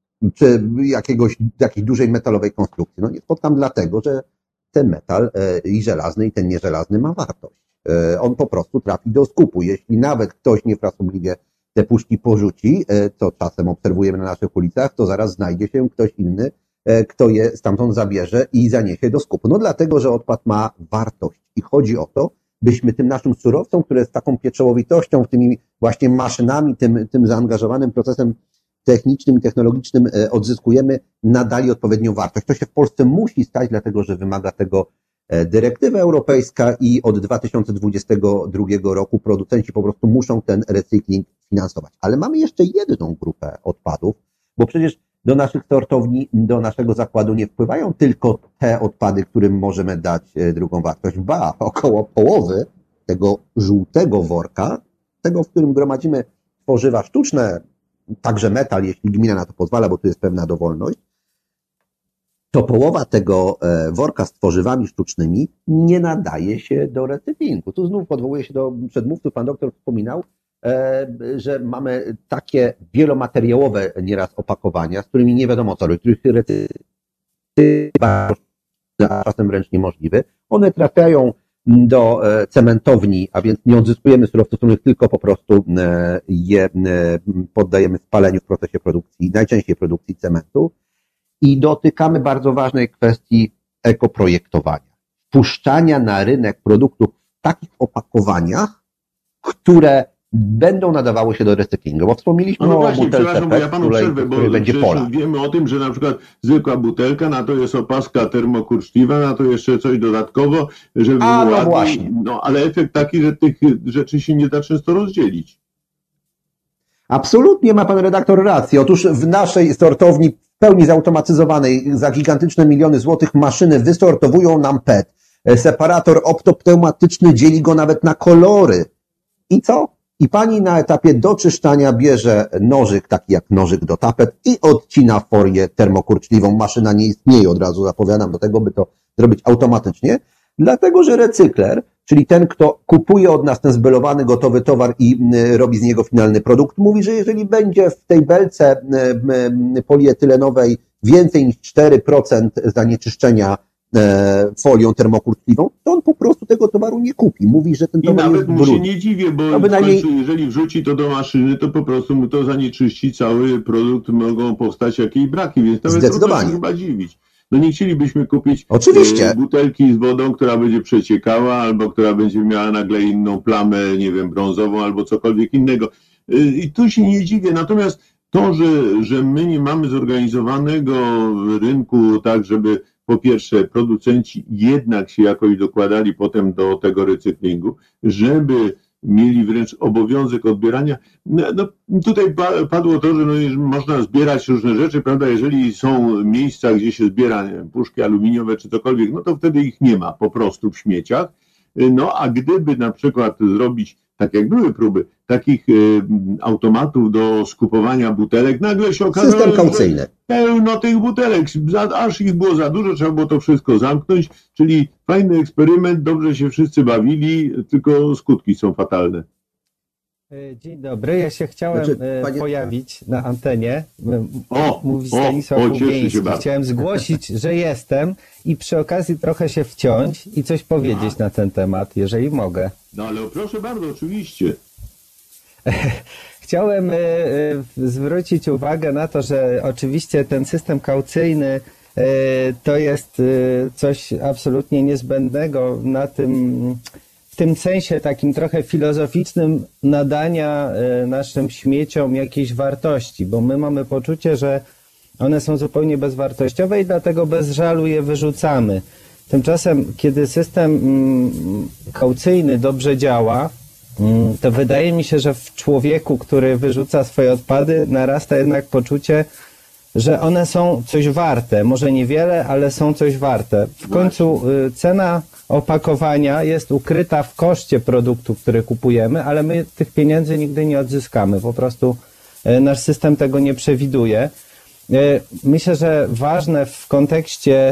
czy jakiegoś, jakiejś dużej metalowej konstrukcji. No nie spotkam dlatego, że ten metal e, i żelazny, i ten nieżelazny ma wartość. E, on po prostu trafi do skupu. Jeśli nawet ktoś niefrasobliwie te puszki porzuci, e, co czasem obserwujemy na naszych ulicach, to zaraz znajdzie się ktoś inny, e, kto je stamtąd zabierze i zaniesie do skupu. No dlatego, że odpad ma wartość i chodzi o to, byśmy tym naszym surowcom, które z taką pieczołowitością, tymi właśnie maszynami, tym, tym zaangażowanym procesem technicznym i technologicznym odzyskujemy, nadali odpowiednią wartość. To się w Polsce musi stać, dlatego że wymaga tego dyrektywa europejska i od dwa tysiące dwudziestego drugiego roku producenci po prostu muszą ten recykling finansować. Ale mamy jeszcze jedną grupę odpadów, bo przecież do naszych sortowni, do naszego zakładu nie wpływają tylko te odpady, którym możemy dać drugą wartość. Ba, około połowy tego żółtego worka, tego, w którym gromadzimy tworzywa sztuczne, także metal, jeśli gmina na to pozwala, bo tu jest pewna dowolność, to połowa tego worka z tworzywami sztucznymi nie nadaje się do recyklingu. Tu znów odwołuję się do przedmówców, pan doktor wspominał, że mamy takie wielomateriałowe nieraz opakowania, z którymi nie wiadomo co robić, których recykling a czasem wręcz niemożliwy. One trafiają do cementowni, a więc nie odzyskujemy surowców, których tylko po prostu je poddajemy spaleniu w procesie produkcji, najczęściej produkcji cementu. I dotykamy bardzo ważnej kwestii ekoprojektowania. Wpuszczania na rynek produktów w takich opakowaniach, które będą nadawały się do recyklingu. Bo wspomnieliśmy no o właśnie, butelce bo ja panu której, przerwę, bo której będzie pola. Wiemy o tym, że na przykład zwykła butelka, na to jest opaska termokurczliwa, na to jeszcze coś dodatkowo, żeby A, było no ładniej. właśnie. No, ale efekt taki, że tych rzeczy się nie da często rozdzielić. Absolutnie ma pan redaktor rację. Otóż w naszej sortowni w pełni zautomatyzowanej za gigantyczne miliony złotych maszyny wysortowują nam P E T. Separator optopneumatyczny dzieli go nawet na kolory. I co? I pani na etapie doczyszczania bierze nożyk, taki jak nożyk do tapet i odcina folię termokurczliwą. Maszyna nie istnieje, od razu zapowiadam, do tego by to zrobić automatycznie. Dlatego, że recykler, czyli ten, kto kupuje od nas ten zbelowany, gotowy towar i robi z niego finalny produkt, mówi, że jeżeli będzie w tej belce polietylenowej więcej niż cztery procent zanieczyszczenia folią termokurczliwą, to on po prostu tego towaru nie kupi. Mówi, że ten I towar nawet jest mu brudny. się nie dziwię, bo No w bynajmniej- końcu, jeżeli wrzuci to do maszyny, to po prostu mu to zanieczyści cały produkt, mogą powstać jakieś braki, więc nawet trudno Zdecydowanie. się chyba dziwić. No nie chcielibyśmy kupić Oczywiście. e, butelki z wodą, która będzie przeciekała, albo która będzie miała nagle inną plamę, nie wiem, brązową, albo cokolwiek innego. E, I tu się nie dziwię. Natomiast to, że, że my nie mamy zorganizowanego rynku tak, żeby po pierwsze producenci jednak się jakoś dokładali potem do tego recyklingu, żeby mieli wręcz obowiązek odbierania. No, no, tutaj pa- padło to, że no, że można zbierać różne rzeczy, prawda? Jeżeli są miejsca, gdzie się zbiera, nie wiem, puszki aluminiowe czy cokolwiek, no to wtedy ich nie ma po prostu w śmieciach. No a gdyby na przykład zrobić, tak jak były próby, takich e, automatów do skupowania butelek, nagle się okazało, System że kaucyjny. pełno tych butelek, za, aż ich było za dużo, trzeba było to wszystko zamknąć, czyli fajny eksperyment, dobrze się wszyscy bawili, tylko skutki są fatalne. Dzień dobry, ja się chciałem Znaczy, e, panie- pojawić na antenie. M- O, Mówi o, Stanisław o, cieszę się Łubieński. bardzo. Chciałem zgłosić, że jestem i przy okazji trochę się wciąć i coś powiedzieć na ten temat, jeżeli mogę. No ale proszę bardzo, oczywiście. Chciałem e, e, zwrócić uwagę na to, że oczywiście ten system kaucyjny e, to jest e, coś absolutnie niezbędnego na tym, w tym sensie takim trochę filozoficznym nadania e, naszym śmieciom jakiejś wartości, bo my mamy poczucie, że one są zupełnie bezwartościowe i dlatego bez żalu je wyrzucamy. Tymczasem, kiedy system mm, kaucyjny dobrze działa, mm, to wydaje mi się, że w człowieku, który wyrzuca swoje odpady, narasta jednak poczucie, że one są coś warte. Może niewiele, ale są coś warte. W końcu y, cena opakowania jest ukryta w koszcie produktu, który kupujemy, ale my tych pieniędzy nigdy nie odzyskamy. Po prostu y, nasz system tego nie przewiduje. Y, myślę, że ważne w kontekście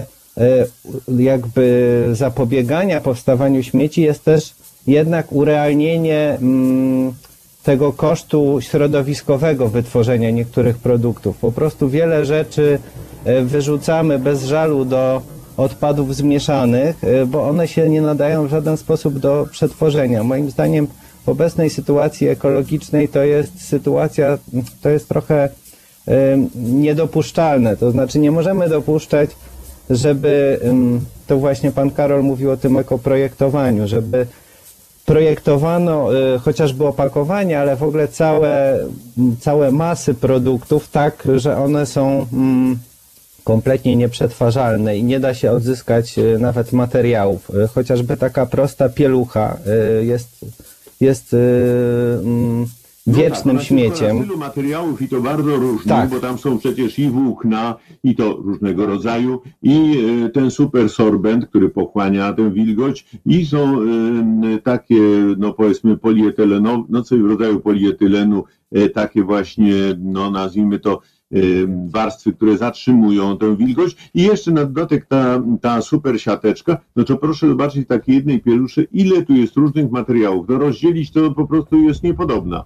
y, jakby zapobiegania powstawaniu śmieci jest też jednak urealnienie mm, tego kosztu środowiskowego wytworzenia niektórych produktów. Po prostu wiele rzeczy y, wyrzucamy bez żalu do odpadów zmieszanych, y, bo one się nie nadają w żaden sposób do przetworzenia. Moim zdaniem w obecnej sytuacji ekologicznej to jest sytuacja, to jest trochę y, niedopuszczalne. To znaczy nie możemy dopuszczać, żeby, to właśnie pan Karol mówił o tym ekoprojektowaniu, żeby projektowano y, chociażby opakowania, ale w ogóle całe, całe masy produktów tak, że one są mm, kompletnie nieprzetwarzalne i nie da się odzyskać y, nawet materiałów. Y, chociażby taka prosta pielucha y, jest, jest y, mm, wiecznym no tak, ona się składa śmieciem. z tylu materiałów i to bardzo różnych, Tak. bo tam są przecież i włókna, i to różnego rodzaju, i e, ten super sorbent, który pochłania tę wilgoć, i są e, takie, no powiedzmy, polietylenowe, no coś w rodzaju polietylenu, e, takie właśnie, no nazwijmy to, e, warstwy, które zatrzymują tę wilgoć. I jeszcze na dodatek ta, ta super siateczka, no to proszę zobaczyć w takiej jednej pieluszy, ile tu jest różnych materiałów. No rozdzielić to po prostu jest niepodobna.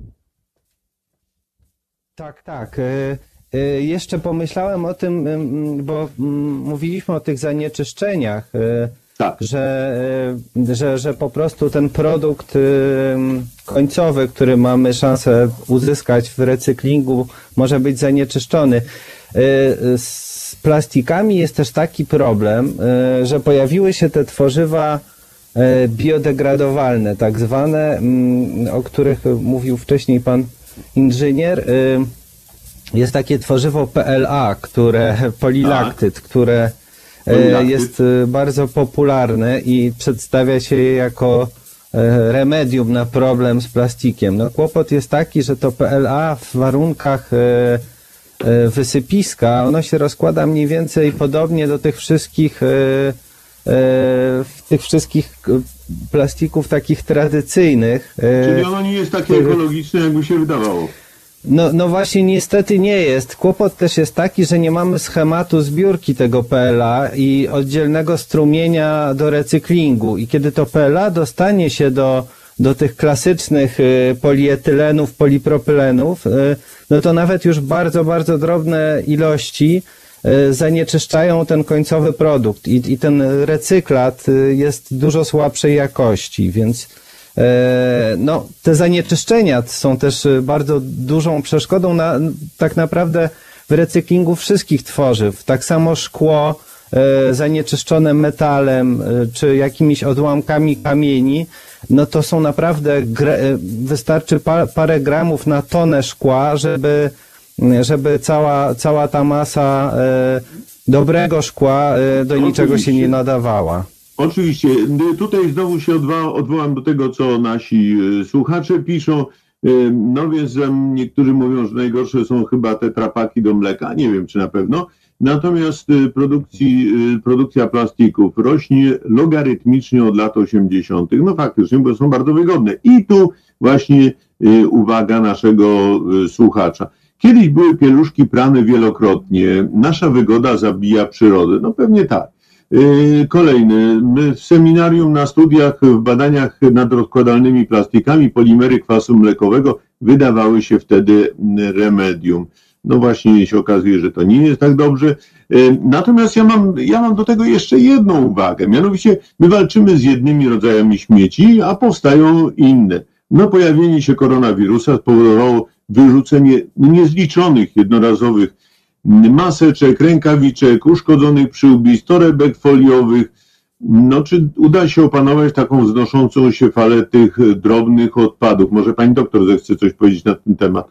Tak, tak. Y, y, Jeszcze pomyślałem o tym, ym, bo mm, mówiliśmy o tych zanieczyszczeniach, y, Tak. że, y, że, że po prostu ten produkt y, końcowy, który mamy szansę uzyskać w recyklingu, może być zanieczyszczony. Y, y, Z plastikami jest też taki problem, y, że pojawiły się te tworzywa y, biodegradowalne, tak zwane, mm, o których mówił wcześniej pan inżynier. Y, Jest takie tworzywo P L A, które, polilaktyt, które y, Polilaktyt. jest y, bardzo popularne i przedstawia się je jako y, remedium na problem z plastikiem. No, kłopot jest taki, że to P L A w warunkach y, y, wysypiska, ono się rozkłada mniej więcej podobnie do tych wszystkich y, y, tych wszystkich y, plastików takich tradycyjnych. y, Czyli ono nie jest takie ekologiczne, jakby się wydawało. No, no właśnie niestety nie jest. Kłopot też jest taki, że nie mamy schematu zbiórki tego P L A i oddzielnego strumienia do recyklingu. I kiedy to P L A dostanie się do, do tych klasycznych y, polietylenów, polipropylenów, y, no to nawet już bardzo, bardzo drobne ilości y, zanieczyszczają ten końcowy produkt. I, i ten recyklat y, jest dużo słabszej jakości, więc no, te zanieczyszczenia są też bardzo dużą przeszkodą na, tak naprawdę w recyklingu wszystkich tworzyw. Tak samo szkło zanieczyszczone metalem czy jakimiś odłamkami kamieni, no to są naprawdę, wystarczy parę gramów na tonę szkła, żeby, żeby cała, cała ta masa dobrego szkła do niczego się nie nadawała. Oczywiście. Tutaj znowu się odwa- odwołam do tego, co nasi y, słuchacze piszą. Y, no więc um, niektórzy mówią, że najgorsze są chyba te trapaki do mleka. Nie wiem, czy na pewno. Natomiast y, produkcji, y, produkcja plastików rośnie logarytmicznie od lat osiemdziesiątych. No faktycznie, bo są bardzo wygodne. I tu właśnie y, uwaga naszego y, słuchacza. Kiedyś były pieluszki prane wielokrotnie. Nasza wygoda zabija przyrodę. No pewnie tak. Kolejny. My w seminarium na studiach w badaniach nad rozkładalnymi plastikami polimery kwasu mlekowego wydawały się wtedy remedium. No właśnie się okazuje, że to nie jest tak dobrze. Natomiast ja mam, ja mam do tego jeszcze jedną uwagę. Mianowicie my walczymy z jednymi rodzajami śmieci, a powstają inne. No pojawienie się koronawirusa spowodowało wyrzucenie niezliczonych jednorazowych maseczek, rękawiczek, uszkodzonych przyłbic, torebek foliowych. No, czy uda się opanować taką wznoszącą się falę tych drobnych odpadów? Może pani doktor zechce coś powiedzieć na ten temat?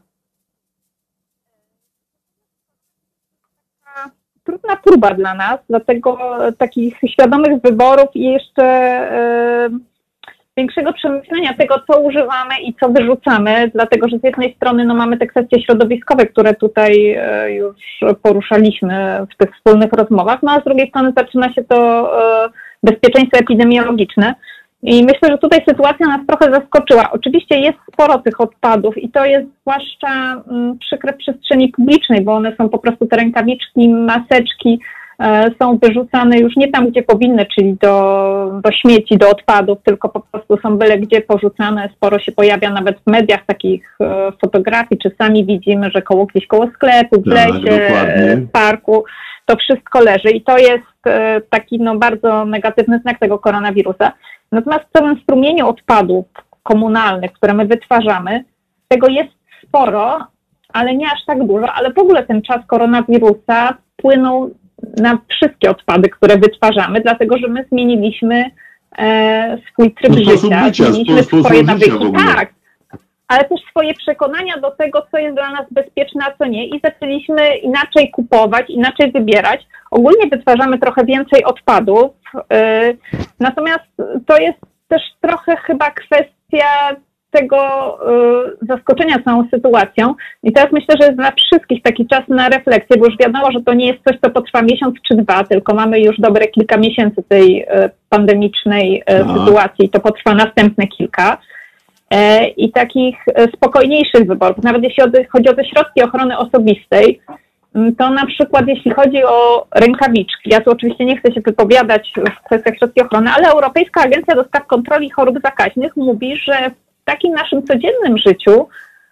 Trudna próba dla nas, dlatego takich świadomych wyborów i jeszcze yy, większego przemyślenia tego, co używamy i co wyrzucamy, dlatego że z jednej strony no, mamy te kwestie środowiskowe, które tutaj e, już poruszaliśmy w tych wspólnych rozmowach, no a z drugiej strony zaczyna się to e, bezpieczeństwo epidemiologiczne i myślę, że tutaj sytuacja nas trochę zaskoczyła. Oczywiście jest sporo tych odpadów i to jest zwłaszcza m, przykre w przestrzeni publicznej, bo one są po prostu te rękawiczki, maseczki, są wyrzucane już nie tam, gdzie powinny, czyli do, do śmieci, do odpadów, tylko po prostu są byle gdzie porzucane. Sporo się pojawia nawet w mediach takich e, fotografii, czy sami widzimy, że koło, gdzieś koło sklepu, w lesie, tak, w parku, to wszystko leży i to jest e, taki no, bardzo negatywny znak tego koronawirusa. Natomiast w całym strumieniu odpadów komunalnych, które my wytwarzamy, tego jest sporo, ale nie aż tak dużo, ale w ogóle ten czas koronawirusa wpłynął na wszystkie odpady, które wytwarzamy, dlatego że my zmieniliśmy e, swój tryb no, życia, życia, zmieniliśmy sposób swoje życia nawyki, tak, ale też swoje przekonania do tego, co jest dla nas bezpieczne, a co nie i zaczęliśmy inaczej kupować, inaczej wybierać. Ogólnie wytwarzamy trochę więcej odpadów, e, natomiast to jest też trochę chyba kwestia tego y, zaskoczenia całą sytuacją. I teraz myślę, że jest dla wszystkich taki czas na refleksję, bo już wiadomo, że to nie jest coś, co potrwa miesiąc czy dwa, tylko mamy już dobre kilka miesięcy tej y, pandemicznej y, sytuacji i to potrwa następne kilka. Y, I takich y, spokojniejszych wyborów, nawet jeśli chodzi o te środki ochrony osobistej, y, to na przykład jeśli chodzi o rękawiczki, ja tu oczywiście nie chcę się wypowiadać w kwestiach środki ochrony, ale Europejska Agencja do Spraw Kontroli Chorób Zakaźnych mówi, że w takim naszym codziennym życiu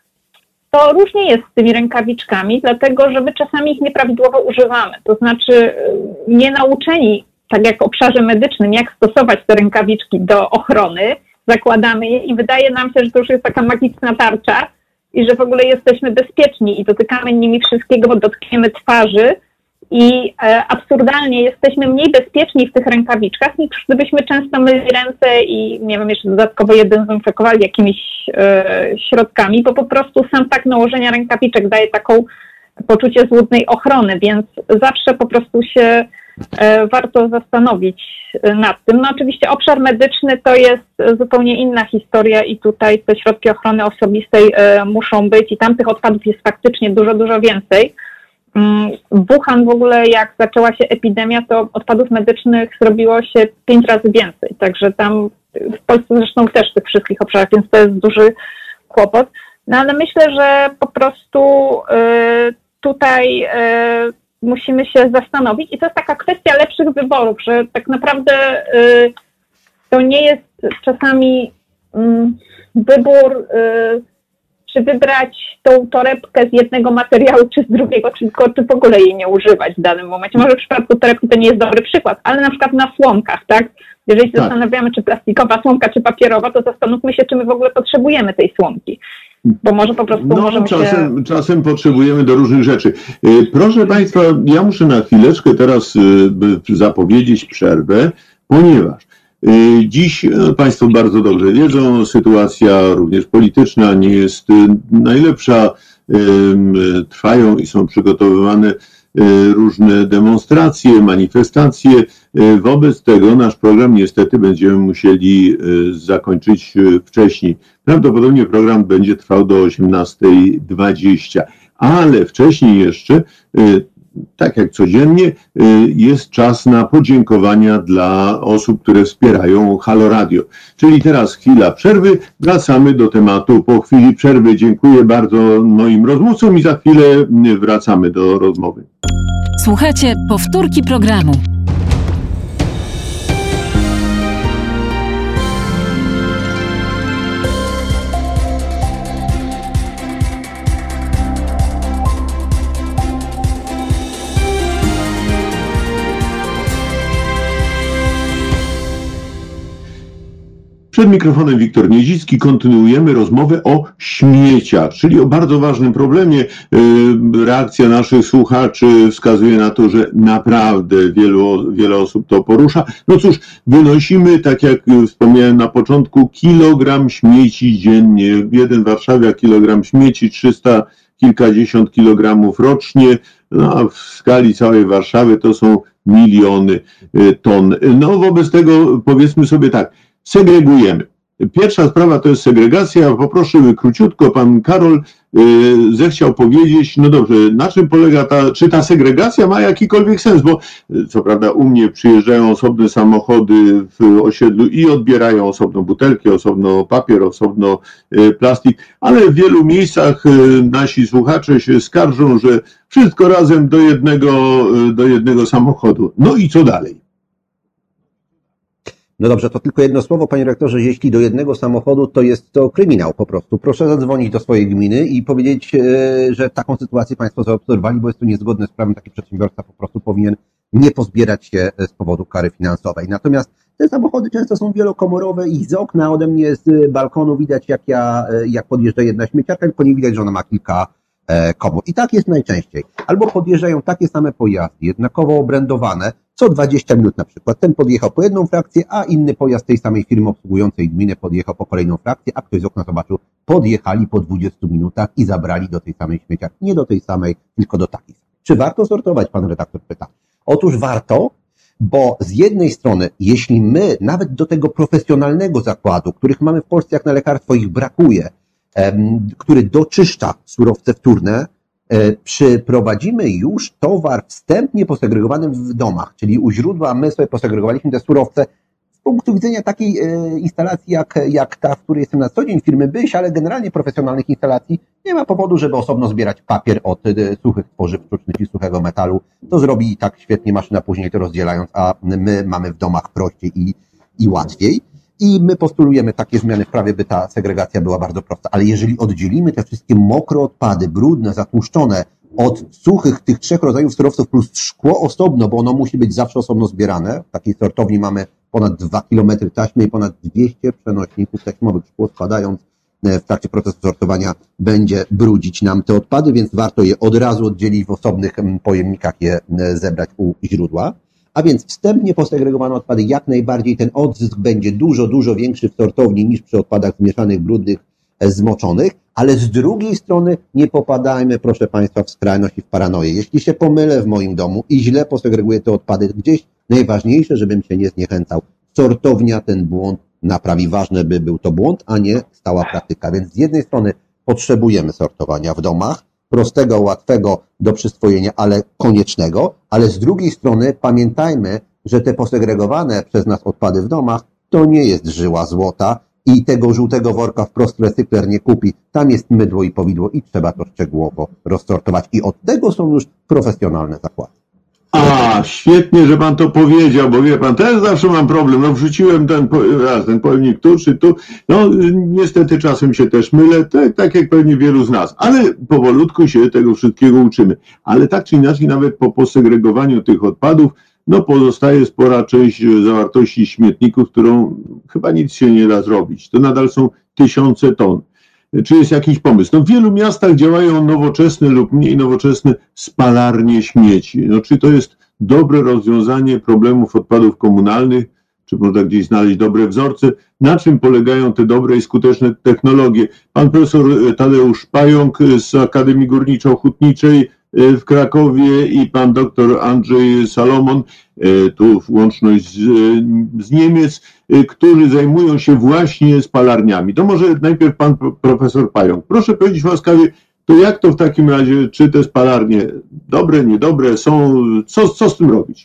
to różnie jest z tymi rękawiczkami, dlatego że my czasami ich nieprawidłowo używamy. To znaczy nie nauczeni, tak jak w obszarze medycznym, jak stosować te rękawiczki do ochrony, zakładamy je i wydaje nam się, że to już jest taka magiczna tarcza i że w ogóle jesteśmy bezpieczni i dotykamy nimi wszystkiego, bo dotkniemy twarzy i e, absurdalnie jesteśmy mniej bezpieczni w tych rękawiczkach, niż gdybyśmy często myli ręce i nie wiem, jeszcze dodatkowo je dezynfekowali jakimiś e, środkami, bo po prostu sam fakt nałożenia rękawiczek daje taką poczucie złudnej ochrony, więc zawsze po prostu się e, warto zastanowić nad tym. No oczywiście obszar medyczny to jest zupełnie inna historia i tutaj te środki ochrony osobistej e, muszą być i tam tych odpadów jest faktycznie dużo, dużo więcej. W Wuhan w ogóle jak zaczęła się epidemia, to odpadów medycznych zrobiło się pięć razy więcej, także tam w Polsce zresztą też w tych wszystkich obszarach, więc to jest duży kłopot. No ale myślę, że po prostu y, tutaj y, musimy się zastanowić i to jest taka kwestia lepszych wyborów, że tak naprawdę y, to nie jest czasami y, wybór, y, czy wybrać tą torebkę z jednego materiału, czy z drugiego, czy, czy w ogóle jej nie używać w danym momencie. Może w przypadku torebki to nie jest dobry przykład, ale na przykład na słomkach, tak? Jeżeli się tak. zastanawiamy, czy plastikowa słomka, czy papierowa, to zastanówmy się, czy my w ogóle potrzebujemy tej słomki. Bo może po prostu no, możemy czasem, się... czasem potrzebujemy do różnych rzeczy. Proszę Państwa, ja muszę na chwileczkę teraz zapowiedzieć przerwę, ponieważ dziś Państwo bardzo dobrze wiedzą, sytuacja również polityczna nie jest najlepsza. Trwają i są przygotowywane różne demonstracje, manifestacje. Wobec tego nasz program niestety będziemy musieli zakończyć wcześniej. Prawdopodobnie program będzie trwał do osiemnastej dwadzieścia, ale wcześniej jeszcze, tak jak codziennie, jest czas na podziękowania dla osób, które wspierają Halo Radio. Czyli teraz chwila przerwy, wracamy do tematu po chwili przerwy. Dziękuję bardzo moim rozmówcom i za chwilę wracamy do rozmowy. Słuchajcie powtórki programu. Przed mikrofonem Wiktor Niedzicki. Kontynuujemy rozmowę o śmieciach, czyli o bardzo ważnym problemie. Reakcja naszych słuchaczy wskazuje na to, że naprawdę wielu, wiele osób to porusza. No cóż, wynosimy, tak jak wspomniałem na początku, kilogram śmieci dziennie. Jeden warszawiak kilogram śmieci, trzysta kilkadziesiąt kilogramów rocznie. No, a w skali całej Warszawy to są miliony ton. No wobec tego powiedzmy sobie tak, segregujemy. Pierwsza sprawa to jest segregacja. Poproszę króciutko, pan Karol yy, zechciał powiedzieć, no dobrze, na czym polega ta, czy ta segregacja ma jakikolwiek sens, bo co prawda u mnie przyjeżdżają osobne samochody w osiedlu i odbierają osobno butelki, osobno papier, osobno yy, plastik, ale w wielu miejscach yy, nasi słuchacze się skarżą, że wszystko razem do jednego, yy, do jednego samochodu. No i co dalej? No dobrze, to tylko jedno słowo, panie rektorze, jeśli do jednego samochodu, to jest to kryminał po prostu. Proszę zadzwonić do swojej gminy i powiedzieć, że taką sytuację państwo zaobserwowali, bo jest to niezgodne z prawem, taki przedsiębiorca po prostu powinien nie pozbierać się z powodu kary finansowej. Natomiast te samochody często są wielokomorowe i z okna ode mnie z balkonu widać, jak ja, jak podjeżdża jedna śmieciarka, tylko nie widać, że ona ma kilka komór. I tak jest najczęściej. Albo podjeżdżają takie same pojazdy, jednakowo obrędowane, co dwadzieścia minut na przykład. Ten podjechał po jedną frakcję, a inny pojazd tej samej firmy obsługującej gminę podjechał po kolejną frakcję, a ktoś z okna zobaczył, podjechali po dwudziestu minutach i zabrali do tej samej śmieciarki. Nie do tej samej, tylko do takiej samej. Czy warto sortować? Pan redaktor pyta. Otóż warto, bo z jednej strony, jeśli my nawet do tego profesjonalnego zakładu, których mamy w Polsce jak na lekarstwo, ich brakuje, em, który doczyszcza surowce wtórne, przyprowadzimy już towar wstępnie posegregowany w domach, czyli u źródła my sobie posegregowaliśmy te surowce z punktu widzenia takiej instalacji jak, jak ta, w której jestem na co dzień, firmy Byś, ale generalnie profesjonalnych instalacji, nie ma powodu, żeby osobno zbierać papier od suchych tworzyw sztucznych i suchego metalu. To zrobi tak świetnie maszyna później to rozdzielając, a my mamy w domach prościej i, i łatwiej. I my postulujemy takie zmiany w prawie, by ta segregacja była bardzo prosta. Ale jeżeli oddzielimy te wszystkie mokre odpady, brudne, zatłuszczone od suchych tych trzech rodzajów surowców plus szkło osobno, bo ono musi być zawsze osobno zbierane. W takiej sortowni mamy ponad dwa kilometry taśmy i ponad dwieście przenośników taśmowych. Szkło spadając w trakcie procesu sortowania będzie brudzić nam te odpady, więc warto je od razu oddzielić w osobnych pojemnikach, je zebrać u źródła. A więc wstępnie posegregowane odpady, jak najbardziej ten odzysk będzie dużo, dużo większy w sortowni niż przy odpadach zmieszanych, brudnych, zmoczonych, ale z drugiej strony nie popadajmy, proszę Państwa, w skrajność i w paranoję. Jeśli się pomylę w moim domu i źle posegreguję te odpady gdzieś, najważniejsze, żebym się nie zniechęcał. Sortownia ten błąd naprawi. Ważne, by był to błąd, a nie stała praktyka. Więc z jednej strony potrzebujemy sortowania w domach, prostego, łatwego do przyswojenia, ale koniecznego, ale z drugiej strony pamiętajmy, że te posegregowane przez nas odpady w domach to nie jest żyła złota i tego żółtego worka wprost recykler nie kupi. Tam jest mydło i powidło i trzeba to szczegółowo rozsortować. I od tego są już profesjonalne zakłady. A, świetnie, że pan to powiedział, bo wie pan, też zawsze mam problem. No wrzuciłem ten, raz, ten pojemnik tu czy tu. No niestety czasem się też mylę, tak, tak jak pewnie wielu z nas. Ale powolutku się tego wszystkiego uczymy. Ale tak czy inaczej, nawet po posegregowaniu tych odpadów, no pozostaje spora część zawartości śmietników, którą chyba nic się nie da zrobić. To nadal są tysiące ton. Czy jest jakiś pomysł? No w wielu miastach działają nowoczesne lub mniej nowoczesne spalarnie śmieci. No czy to jest dobre rozwiązanie problemów odpadów komunalnych? Czy można gdzieś znaleźć dobre wzorce? Na czym polegają te dobre i skuteczne technologie? Pan profesor Tadeusz Pająk z Akademii Górniczo-Hutniczej w Krakowie i pan doktor Andrzej Salomon, tu łączność z, z Niemiec, którzy zajmują się właśnie spalarniami. To może najpierw pan profesor Pająk. Proszę powiedzieć łaskawie, to jak to w takim razie, czy te spalarnie dobre, niedobre są, co, co z tym robić?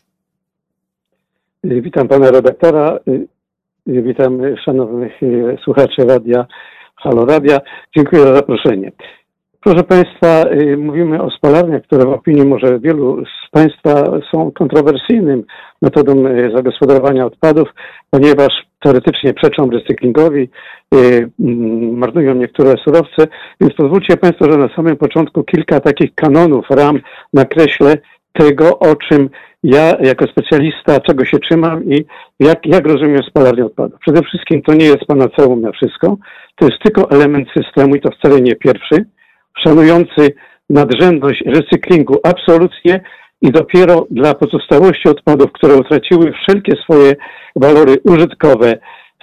Witam pana redaktora, witam szanownych słuchaczy radia, Halo Radia. Dziękuję za zaproszenie. Proszę Państwa, mówimy o spalarniach, które w opinii może wielu z Państwa są kontrowersyjnym metodą zagospodarowania odpadów, ponieważ teoretycznie przeczą recyklingowi, marnują niektóre surowce, więc pozwólcie Państwo, że na samym początku kilka takich kanonów, ram nakreślę tego, o czym ja jako specjalista, czego się trzymam i jak, jak rozumiem spalarnię odpadów. Przede wszystkim to nie jest panaceum na wszystko, to jest tylko element systemu i to wcale nie pierwszy, szanujący nadrzędność recyklingu absolutnie i dopiero dla pozostałości odpadów, które utraciły wszelkie swoje walory użytkowe,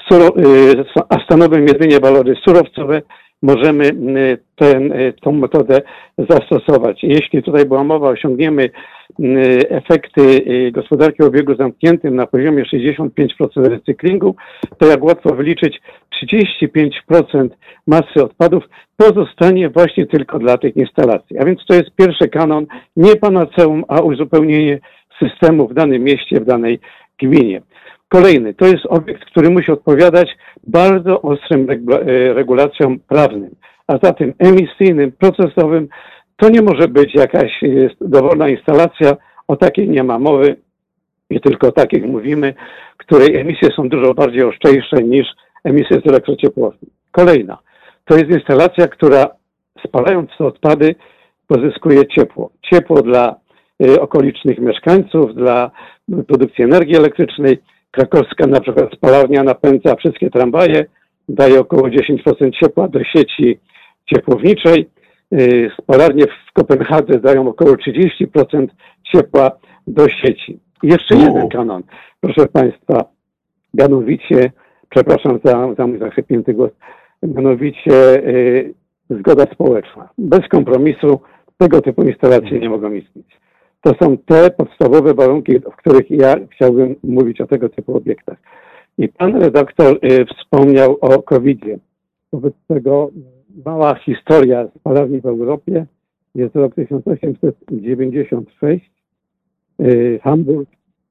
a stanowią jedynie walory surowcowe, możemy ten, tą metodę zastosować. Jeśli tutaj była mowa, osiągniemy efekty gospodarki o obiegu zamkniętym na poziomie sześćdziesiąt pięć procent recyklingu, to jak łatwo wyliczyć, trzydzieści pięć procent masy odpadów pozostanie właśnie tylko dla tych instalacji. A więc to jest pierwszy kanon, nie panaceum, a uzupełnienie systemu w danym mieście, w danej gminie. Kolejny, to jest obiekt, który musi odpowiadać bardzo ostrym regulacjom prawnym, a zatem emisyjnym, procesowym. To nie może być jakaś dowolna instalacja, o takiej nie ma mowy i tylko o takich mówimy, której emisje są dużo bardziej ostrzejsze niż emisje z elektrociepłowni. Kolejna, to jest instalacja, która spalając te odpady pozyskuje ciepło. Ciepło dla y, okolicznych mieszkańców, dla produkcji energii elektrycznej. Krakowska na przykład spalarnia napędza wszystkie tramwaje, daje około dziesięć procent ciepła do sieci ciepłowniczej. Spalarnie w Kopenhadze dają około trzydzieści procent ciepła do sieci. I jeszcze jeden kanon, proszę Państwa, mianowicie, przepraszam za, za mój zachrypnięty głos, mianowicie y, zgoda społeczna. Bez kompromisu tego typu instalacje nie mogą istnieć. To są te podstawowe warunki, w których ja chciałbym mówić o tego typu obiektach. I pan redaktor y, wspomniał o kowidzie. Wobec tego mała historia spalarni w Europie jest rok tysiąc osiemset dziewięćdziesiąty szósty. Y, Hamburg.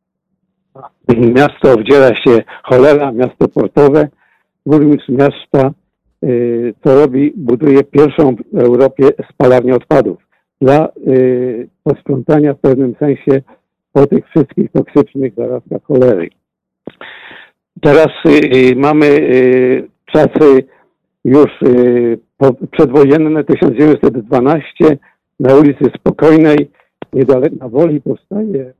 Miasto wdziela się cholera, miasto portowe. Burmistrz miasta y, co robi? Buduje pierwszą w Europie spalarnię odpadów dla y, posprzątania w pewnym sensie po tych wszystkich toksycznych zarazkach cholery. Teraz y, mamy y, czasy już y, po, przedwojenne, tysiąc dziewięćset dwanaście, na ulicy Spokojnej, niedaleko na Woli powstaje.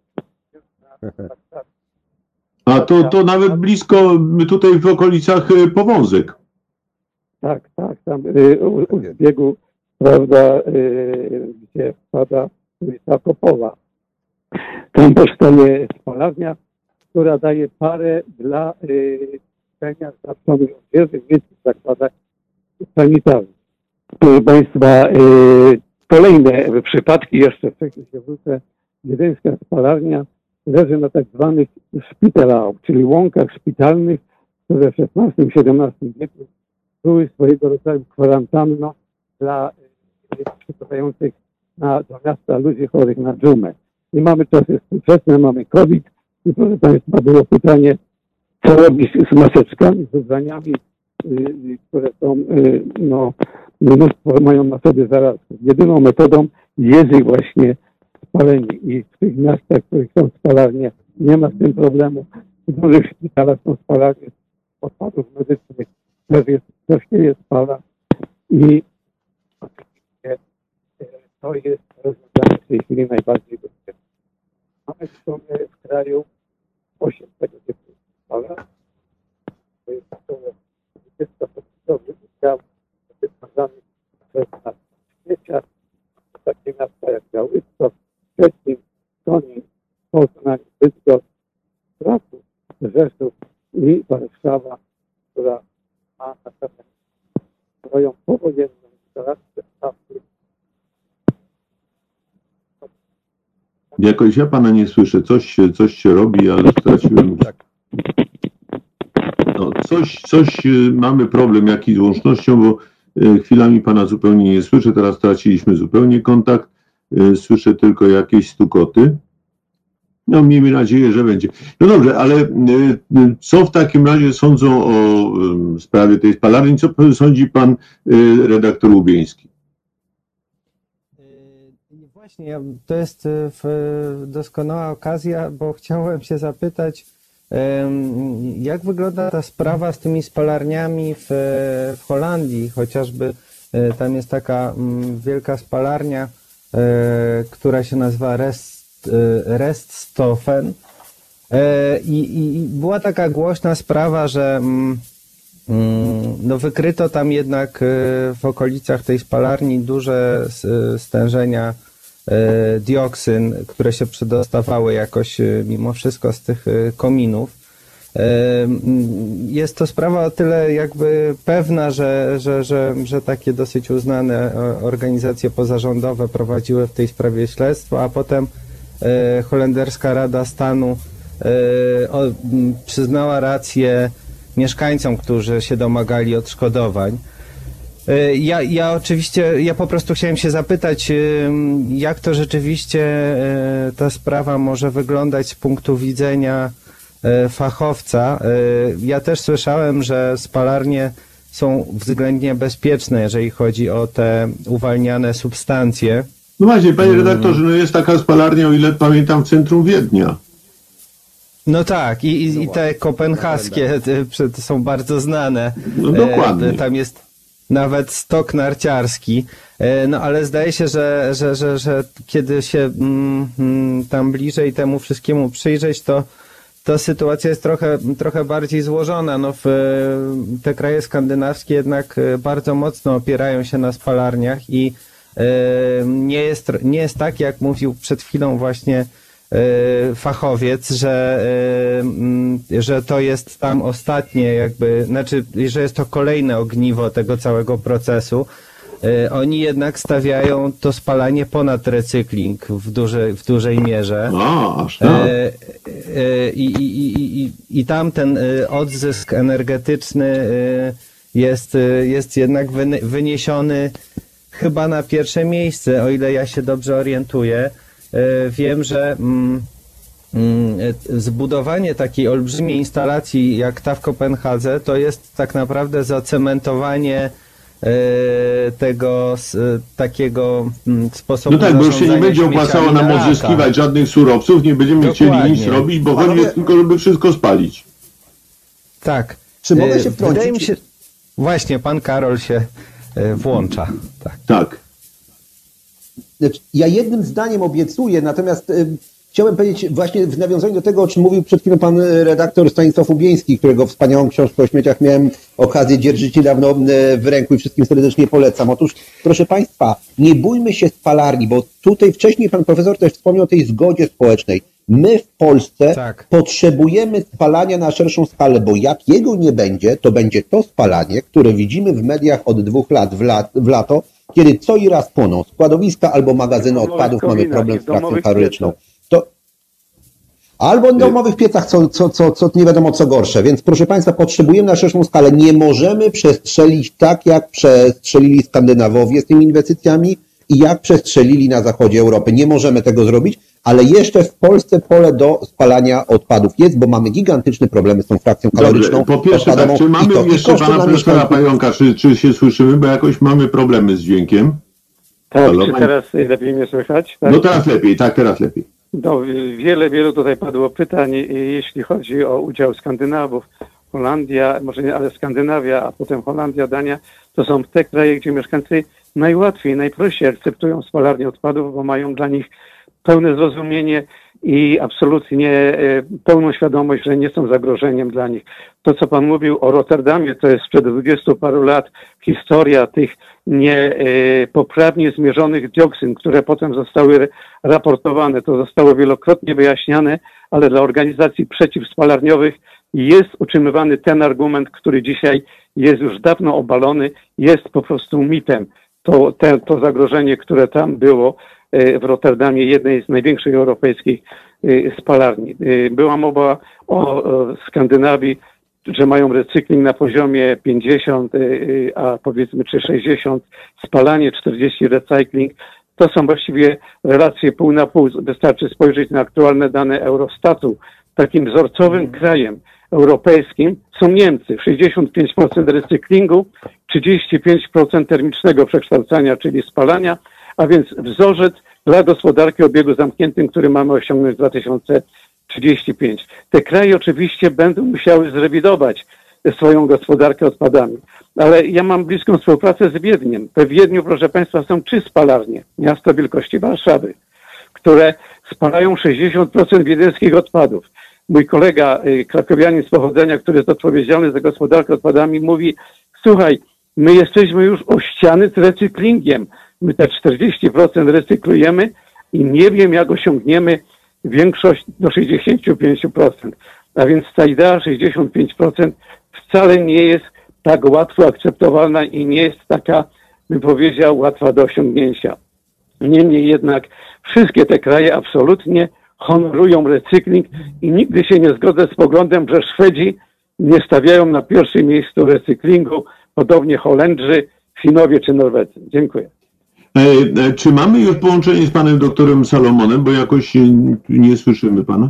A to, to nawet blisko, tutaj w okolicach Powązek. Tak, tak, tam y, u, u zbiegu, prawda, y, gdzie wpada ulica Popowa. Tam powstaje spalarnia, która daje parę dla tlenia znaczonych odwiernych w miejskich zakładach sanitarnych. Proszę Państwa, y, kolejne przypadki, jeszcze wcześniej się wrócę, wiedeńska spalarnia leży na tak zwanych szpitalach, czyli łąkach szpitalnych, które w szesnastym siedemnastym wieku były swojego rodzaju kwarantanną dla y, przybywających na, do miasta ludzi chorych na dżumę. I mamy czasy współczesne, mamy COVID i proszę Państwa, było pytanie, co robić z maseczkami, z ubraniami y, które są, y, no, mnóstwo mają na sobie zarazków. Jedyną metodą jest ich właśnie spalenie i w tych miastach, w których są spalarnie, nie ma z tym problemu. W dużych szpitalach są spalarnie odpadów medycznych, też, jest, też się je spala i oczywiście y, to jest rozwiązanie w tej chwili najbardziej bezpieczne. Mamy w sumie w kraju osiem tego typu spalarni. To jest około dwadzieścia procent udziału wyznaczony przez nas w świecie. Takie miasta jak Białystok, Szczecin, Konin, Poznań, Bydgoszcz, Kraków, Rzeszów i Warszawa, która ma na pewno swoją powojenną instalację stawki. Jakoś ja pana nie słyszę. Coś się, coś się robi, ale straciłem. No, coś, coś y, mamy problem jakiś z łącznością, bo y, chwilami pana zupełnie nie słyszę. Teraz straciliśmy zupełnie kontakt. Y, Słyszę tylko jakieś stukoty. No, miejmy nadzieję, że będzie. No dobrze, ale y, y, co w takim razie sądzą o y, sprawie tej spalarni? Co sądzi pan y, redaktor Łubieński? Właśnie, to jest w- doskonała okazja, bo chciałem się zapytać, em, jak wygląda ta sprawa z tymi spalarniami w, w Holandii, chociażby e, tam jest taka mm, wielka spalarnia, e, która się nazywa Rest, e, Reststoffen. E, i, I była taka głośna sprawa, że mm, mm, no wykryto tam jednak e, w okolicach tej spalarni duże s- stężenia e, dioksyn, które się przedostawały jakoś e, mimo wszystko z tych e, kominów. E, mm, Jest to sprawa o tyle jakby pewna, że, że, że, że takie dosyć uznane e, organizacje pozarządowe prowadziły w tej sprawie śledztwo, a potem e, holenderska Rada Stanu e, o, m, przyznała rację mieszkańcom, którzy się domagali odszkodowań. E, Ja, ja oczywiście, ja po prostu chciałem się zapytać, em, jak to rzeczywiście e, ta sprawa może wyglądać z punktu widzenia e, fachowca. E, Ja też słyszałem, że spalarnie są względnie bezpieczne, jeżeli chodzi o te uwalniane substancje. No właśnie, panie redaktorze, no jest taka spalarnia, o ile pamiętam, w centrum Wiednia. No tak, i, i, i te kopenhaskie te, przed- są bardzo znane. No dokładnie. E, Tam jest nawet stok narciarski. E, No ale zdaje się, że, że, że, że kiedy się mm, mm, tam bliżej temu wszystkiemu przyjrzeć, to, to sytuacja jest trochę, trochę bardziej złożona. No w, e, te kraje skandynawskie jednak e, bardzo mocno opierają się na spalarniach i e, nie jest, nie jest tak, jak mówił przed chwilą właśnie e, fachowiec, że, e, mm, że to jest tam ostatnie jakby, znaczy, że jest to kolejne ogniwo tego całego procesu. E, Oni jednak stawiają to spalanie ponad recykling w dużej, w dużej mierze. A, aż tak. E, e, I, i, i, i, I tam ten e, odzysk energetyczny e, jest, e, jest jednak wyny- wyniesiony chyba na pierwsze miejsce, o ile ja się dobrze orientuję. E, Wiem, że mm, mm, e, zbudowanie takiej olbrzymiej instalacji jak ta w Kopenhadze to jest tak naprawdę zacementowanie e, tego s- e, takiego mm, sposobu No tak, bo już się nie zarządzania będzie opłacało śmieciami nam na lata. odzyskiwać żadnych surowców, nie będziemy Dokładnie. chcieli nic robić, bo chodzi Panowie- jest tylko, żeby wszystko spalić. Tak. Czy mogę E, się wtrącić? Wydaje mi się... Właśnie, pan Karol się e, włącza. Tak. Tak. Znaczy, ja jednym zdaniem obiecuję, natomiast y, chciałem powiedzieć właśnie w nawiązaniu do tego, o czym mówił przed chwilą pan y, redaktor Stanisław Łubieński, którego wspaniałą książkę o śmieciach miałem okazję dzierżyć niedawno y, w ręku i wszystkim serdecznie polecam. Otóż, proszę państwa, nie bójmy się spalarni, bo tutaj wcześniej pan profesor też wspomniał o tej zgodzie społecznej. My w Polsce Tak. potrzebujemy spalania na szerszą skalę, bo jak jego nie będzie, to będzie to spalanie, które widzimy w mediach od dwóch lat w, lat, w lato, kiedy co i raz płoną składowiska albo magazyny W domowych odpadów, mamy kominach problem i w z frakcją domowych kaloryczną. To albo w domowych piecach, co, co, co, co nie wiadomo co gorsze. Więc proszę państwa, potrzebujemy na szerszą skalę. Nie możemy przestrzelić tak, jak przestrzelili Skandynawowie z tymi inwestycjami i jak przestrzelili na zachodzie Europy. Nie możemy tego zrobić. ale jeszcze w Polsce pole do spalania odpadów jest, bo mamy gigantyczne problemy z tą frakcją kaloryczną. Dobrze, po pierwsze tak, czy mamy to, jeszcze pana profesora Pająka, czy, czy się słyszymy, bo jakoś mamy problemy z dźwiękiem. Tak, Halo? czy teraz lepiej mnie słychać? Tak? No teraz lepiej, tak, teraz lepiej. No, wiele, wiele tutaj padło pytań, jeśli chodzi o udział Skandynawów. Holandia, może nie, ale Skandynawia, a potem Holandia, Dania, to są te kraje, gdzie mieszkańcy najłatwiej, najprościej akceptują spalarnię odpadów, bo mają dla nich pełne zrozumienie i absolutnie pełną świadomość, że nie są zagrożeniem dla nich. To, co pan mówił o Rotterdamie, to jest sprzed dwudziestu paru lat historia tych niepoprawnie zmierzonych dioksyn, które potem zostały raportowane. To zostało wielokrotnie wyjaśniane, ale dla organizacji przeciwspalarniowych jest utrzymywany ten argument, który dzisiaj jest już dawno obalony, jest po prostu mitem. To, te, to zagrożenie, które tam było w Rotterdamie, jednej z największych europejskich spalarni. Była mowa o Skandynawii, że mają recykling na poziomie pięćdziesiąt, a powiedzmy czy sześćdziesiąt, spalanie, czterdzieści recykling. To są właściwie relacje pół na pół. Wystarczy spojrzeć na aktualne dane Eurostatu. Takim wzorcowym krajem europejskim są Niemcy. sześćdziesiąt pięć procent recyklingu, trzydzieści pięć procent termicznego przekształcania, czyli spalania, a więc wzorzec dla gospodarki o obiegu zamkniętym, który mamy osiągnąć w dwa tysiące trzydziestym piątym. Te kraje oczywiście będą musiały zrewidować swoją gospodarkę odpadami. Ale ja mam bliską współpracę z Wiedniem. We Wiedniu, proszę Państwa, są trzy spalarnie, miasto wielkości Warszawy, które spalają sześćdziesiąt procent wiedeńskich odpadów. Mój kolega, krakowianin z pochodzenia, który jest odpowiedzialny za gospodarkę odpadami, mówi: słuchaj, my jesteśmy już o ściany z recyklingiem. My te czterdzieści procent recyklujemy i nie wiem, jak osiągniemy większość do sześćdziesiąt pięć procent. A więc ta idea sześćdziesiąt pięć procent wcale nie jest tak łatwo akceptowalna i nie jest taka, bym powiedział, łatwa do osiągnięcia. Niemniej jednak wszystkie te kraje absolutnie honorują recykling i nigdy się nie zgodzę z poglądem, że Szwedzi nie stawiają na pierwszym miejscu recyklingu, podobnie Holendrzy, Finowie czy Norwedzy. Dziękuję. E, czy mamy już połączenie z panem doktorem Salomonem, bo jakoś nie słyszymy pana?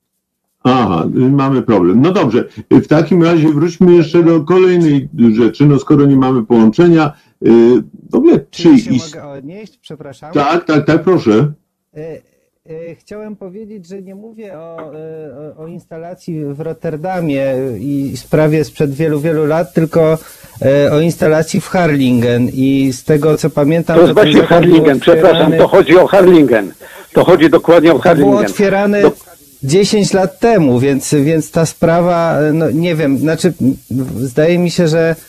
Aha, mamy problem. No dobrze, w takim razie wróćmy jeszcze do kolejnej rzeczy. No skoro nie mamy połączenia, w ogóle czy... Czy się mogę odnieść? Przepraszam. Tak, tak, tak, proszę. Chciałem powiedzieć, że nie mówię o, o, o instalacji w Rotterdamie i sprawie sprzed wielu, wielu lat, tylko o instalacji w Harlingen i z tego, co pamiętam... To jest to właśnie Harlingen, przepraszam, to chodzi o Harlingen. To chodzi dokładnie o Harlingen. Było otwierane Do... dziesięć lat temu, więc, więc ta sprawa, no nie wiem, znaczy zdaje mi się, że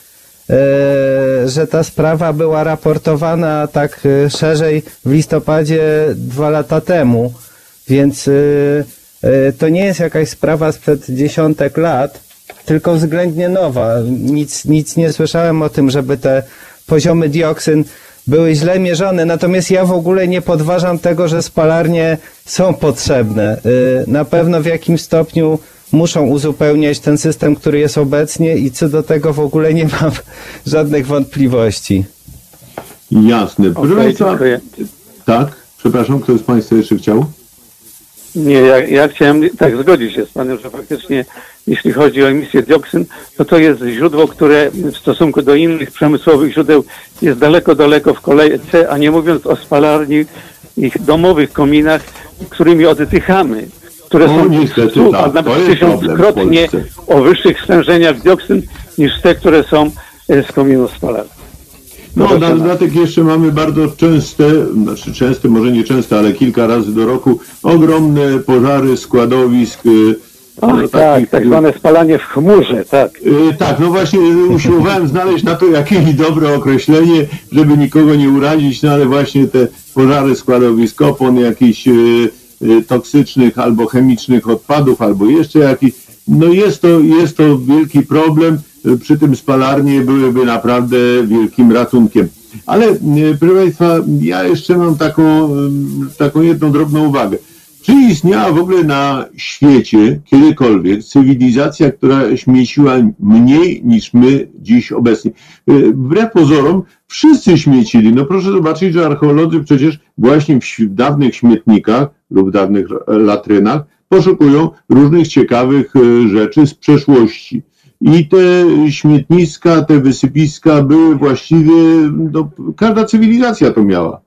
że ta sprawa była raportowana tak szerzej w listopadzie dwa lata temu, więc to nie jest jakaś sprawa sprzed dziesiątek lat, tylko względnie nowa. Nic, nic nie słyszałem o tym, żeby te poziomy dioksyn były źle mierzone, natomiast ja w ogóle nie podważam tego, że spalarnie są potrzebne. Na pewno w jakimś stopniu muszą uzupełniać ten system, który jest obecnie i co do tego w ogóle nie mam żadnych wątpliwości. Jasne. Proszę Okay, Państwa, tak, przepraszam, kto z Państwa jeszcze chciał? Nie, ja, ja chciałem tak zgodzić się z Panem, że faktycznie jeśli chodzi o emisję dioksyn, to to jest źródło, które w stosunku do innych przemysłowych źródeł jest daleko, daleko w kolejce, a nie mówiąc o spalarni, ich domowych kominach, którymi oddychamy, które no, są niestety, stu, tak, a nawet tysiąckrotnie o wyższych stężeniach dioksyn niż te, które są z kominów spalarni. No, na dodatek jeszcze mamy bardzo częste, znaczy częste, może nie częste, ale kilka razy do roku ogromne pożary składowisk. Ach, no, tak, takich, tak zwane spalanie w chmurze, tak. Yy, tak, no właśnie usiłowałem znaleźć na to jakieś dobre określenie, żeby nikogo nie urazić, no ale właśnie te pożary składowisk opon, jakichś yy, yy, toksycznych albo chemicznych odpadów, albo jeszcze jakichś, no jest to, jest to wielki problem. Przy tym spalarnie byłyby naprawdę wielkim ratunkiem. Ale, proszę Państwa, ja jeszcze mam taką, taką jedną drobną uwagę. Czy istniała w ogóle na świecie kiedykolwiek cywilizacja, która śmieciła mniej niż my dziś obecnie? Wbrew pozorom wszyscy śmiecili. No proszę zobaczyć, że archeolodzy przecież właśnie w dawnych śmietnikach lub dawnych latrynach poszukują różnych ciekawych rzeczy z przeszłości. I te śmietniska, te wysypiska były właściwie, no, każda cywilizacja to miała.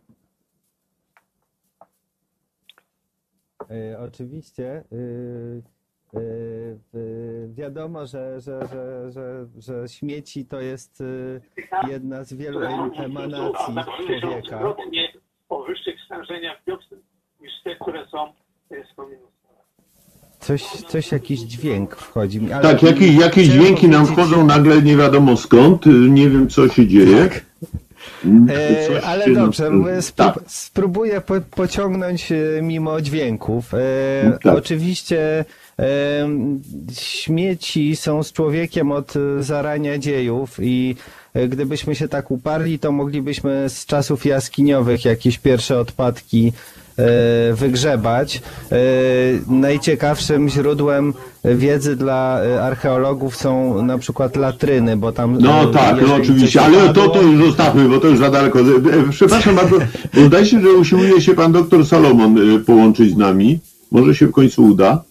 E, oczywiście. Y, y, y, wiadomo, że, że, że, że, że śmieci to jest y, jedna z wielu em, emanacji człowieka. O wyższych stężeniach dioksynu niż te, które są z kominu. Coś, coś jakiś dźwięk wchodzi mi. Ale Tak, jakieś, jakieś dźwięki nam wchodzą nagle nie wiadomo skąd, nie wiem co się dzieje. Tak. E, ale się dobrze, na... sprób, tak. spróbuję po, pociągnąć mimo dźwięków. E, tak. Oczywiście e, śmieci są z człowiekiem od zarania dziejów i gdybyśmy się tak uparli, to moglibyśmy z czasów jaskiniowych jakieś pierwsze odpadki wygrzebać. Najciekawszym źródłem wiedzy dla archeologów są na przykład latryny, bo tam... No tak, no oczywiście, ale to, to już zostawmy, bo to już za daleko. Przepraszam bardzo, bo zdaje się, że usiłuje się pan doktor Salomon połączyć z nami. Może się w końcu uda.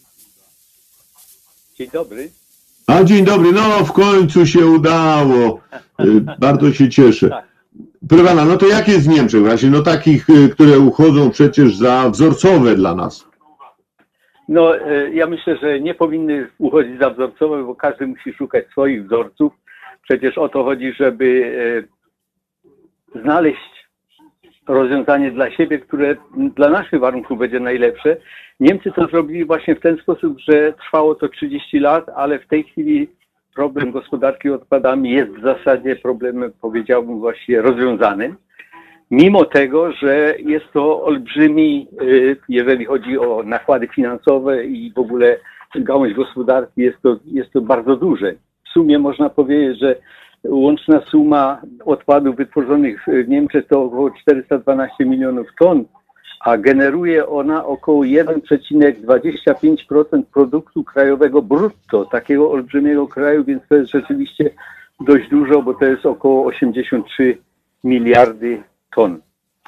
Dzień dobry. A dzień dobry, no w końcu się udało. Bardzo się cieszę. Proszę pana, no to jak jest w Niemczech właśnie, no takich, które uchodzą przecież za wzorcowe dla nas? No ja myślę, że nie powinny uchodzić za wzorcowe, bo każdy musi szukać swoich wzorców. Przecież o to chodzi, żeby znaleźć rozwiązanie dla siebie, które dla naszych warunków będzie najlepsze. Niemcy to zrobili właśnie w ten sposób, że trwało to trzydzieści lat, ale w tej chwili problem gospodarki odpadami jest w zasadzie problemem, powiedziałbym, właściwie rozwiązanym. Mimo tego, że jest to olbrzymi, jeżeli chodzi o nakłady finansowe i w ogóle gałąź gospodarki, jest to, jest to bardzo duże. W sumie można powiedzieć, że łączna suma odpadów wytworzonych w Niemczech to około czterysta dwanaście milionów ton, a generuje ona około jeden przecinek dwadzieścia pięć procent produktu krajowego brutto takiego olbrzymiego kraju, więc to jest rzeczywiście dość dużo, bo to jest około osiemdziesiąt trzy miliardy ton.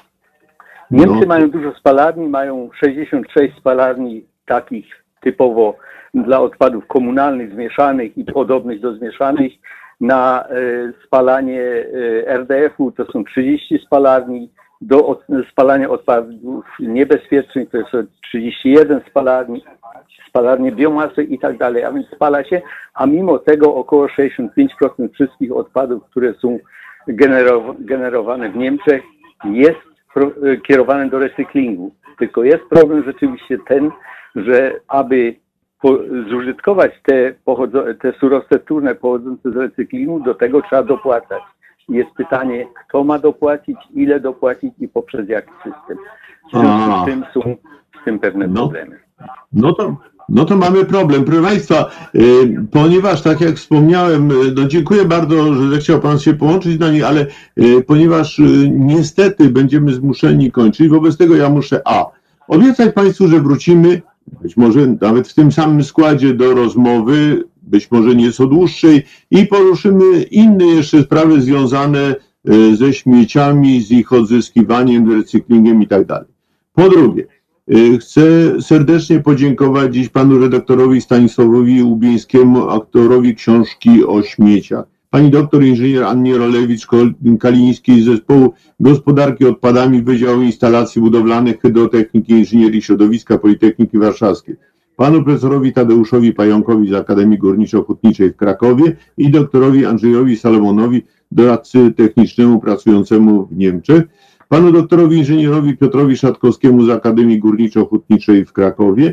Niemcy No. mają dużo spalarni, mają sześćdziesiąt sześć spalarni takich typowo dla odpadów komunalnych, zmieszanych i podobnych do zmieszanych. Na y, spalanie y, R D F-u to są trzydzieści spalarni, do od, spalania odpadów niebezpiecznych to jest trzydzieści jeden spalarni, spalarnie biomasy i tak dalej, a więc spala się, a mimo tego około sześćdziesiąt pięć procent wszystkich odpadów, które są generow- generowane w Niemczech, jest pro, kierowane do recyklingu. Tylko jest problem rzeczywiście ten, że aby po, zużytkować te, pochodzo- te surowce wtórne pochodzące z recyklingu, do tego trzeba dopłacać. Jest pytanie, kto ma dopłacić, ile dopłacić i poprzez jaki system. W związku z tym są z tym pewne No. problemy. No to, no to mamy problem. Proszę Państwa, y, ponieważ tak jak wspomniałem, y, no dziękuję bardzo, że zechciał Pan się połączyć z nami, ale y, ponieważ y, niestety będziemy zmuszeni kończyć, wobec tego ja muszę A. Obiecać Państwu, że wrócimy, być może nawet w tym samym składzie do rozmowy, być może nieco dłuższej i poruszymy inne jeszcze sprawy związane y, ze śmieciami, z ich odzyskiwaniem, recyklingiem i tak dalej. Po drugie, chcę serdecznie podziękować dziś panu redaktorowi Stanisławowi Łubieńskiemu, autorowi książki o śmieciach. Pani doktor inżynier Annie Rolewicz-Kalińskiej z Zespołu Gospodarki Odpadami Wydziału Instalacji Budowlanych Hydrotechniki i Inżynierii Środowiska Politechniki Warszawskiej. Panu profesorowi Tadeuszowi Pająkowi z Akademii Górniczo-Hutniczej w Krakowie i doktorowi Andrzejowi Salomonowi, doradcy technicznemu pracującemu w Niemczech. Panu doktorowi inżynierowi Piotrowi Szatkowskiemu z Akademii Górniczo-Hutniczej w Krakowie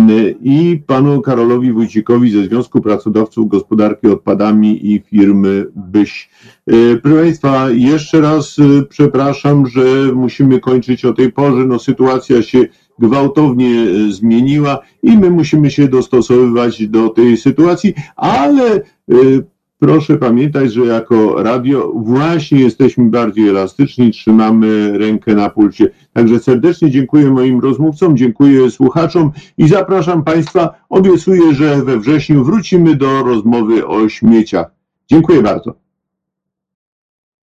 i panu Karolowi Wójcikowi ze Związku Pracodawców Gospodarki Odpadami i firmy Byś. Proszę Państwa, jeszcze raz przepraszam, że musimy kończyć o tej porze. No, sytuacja się gwałtownie zmieniła i my musimy się dostosowywać do tej sytuacji, ale proszę pamiętać, że jako radio właśnie jesteśmy bardziej elastyczni, trzymamy rękę na pulsie. Także serdecznie dziękuję moim rozmówcom, dziękuję słuchaczom i zapraszam Państwa. Obiecuję, że we wrześniu wrócimy do rozmowy o śmieciach. Dziękuję bardzo.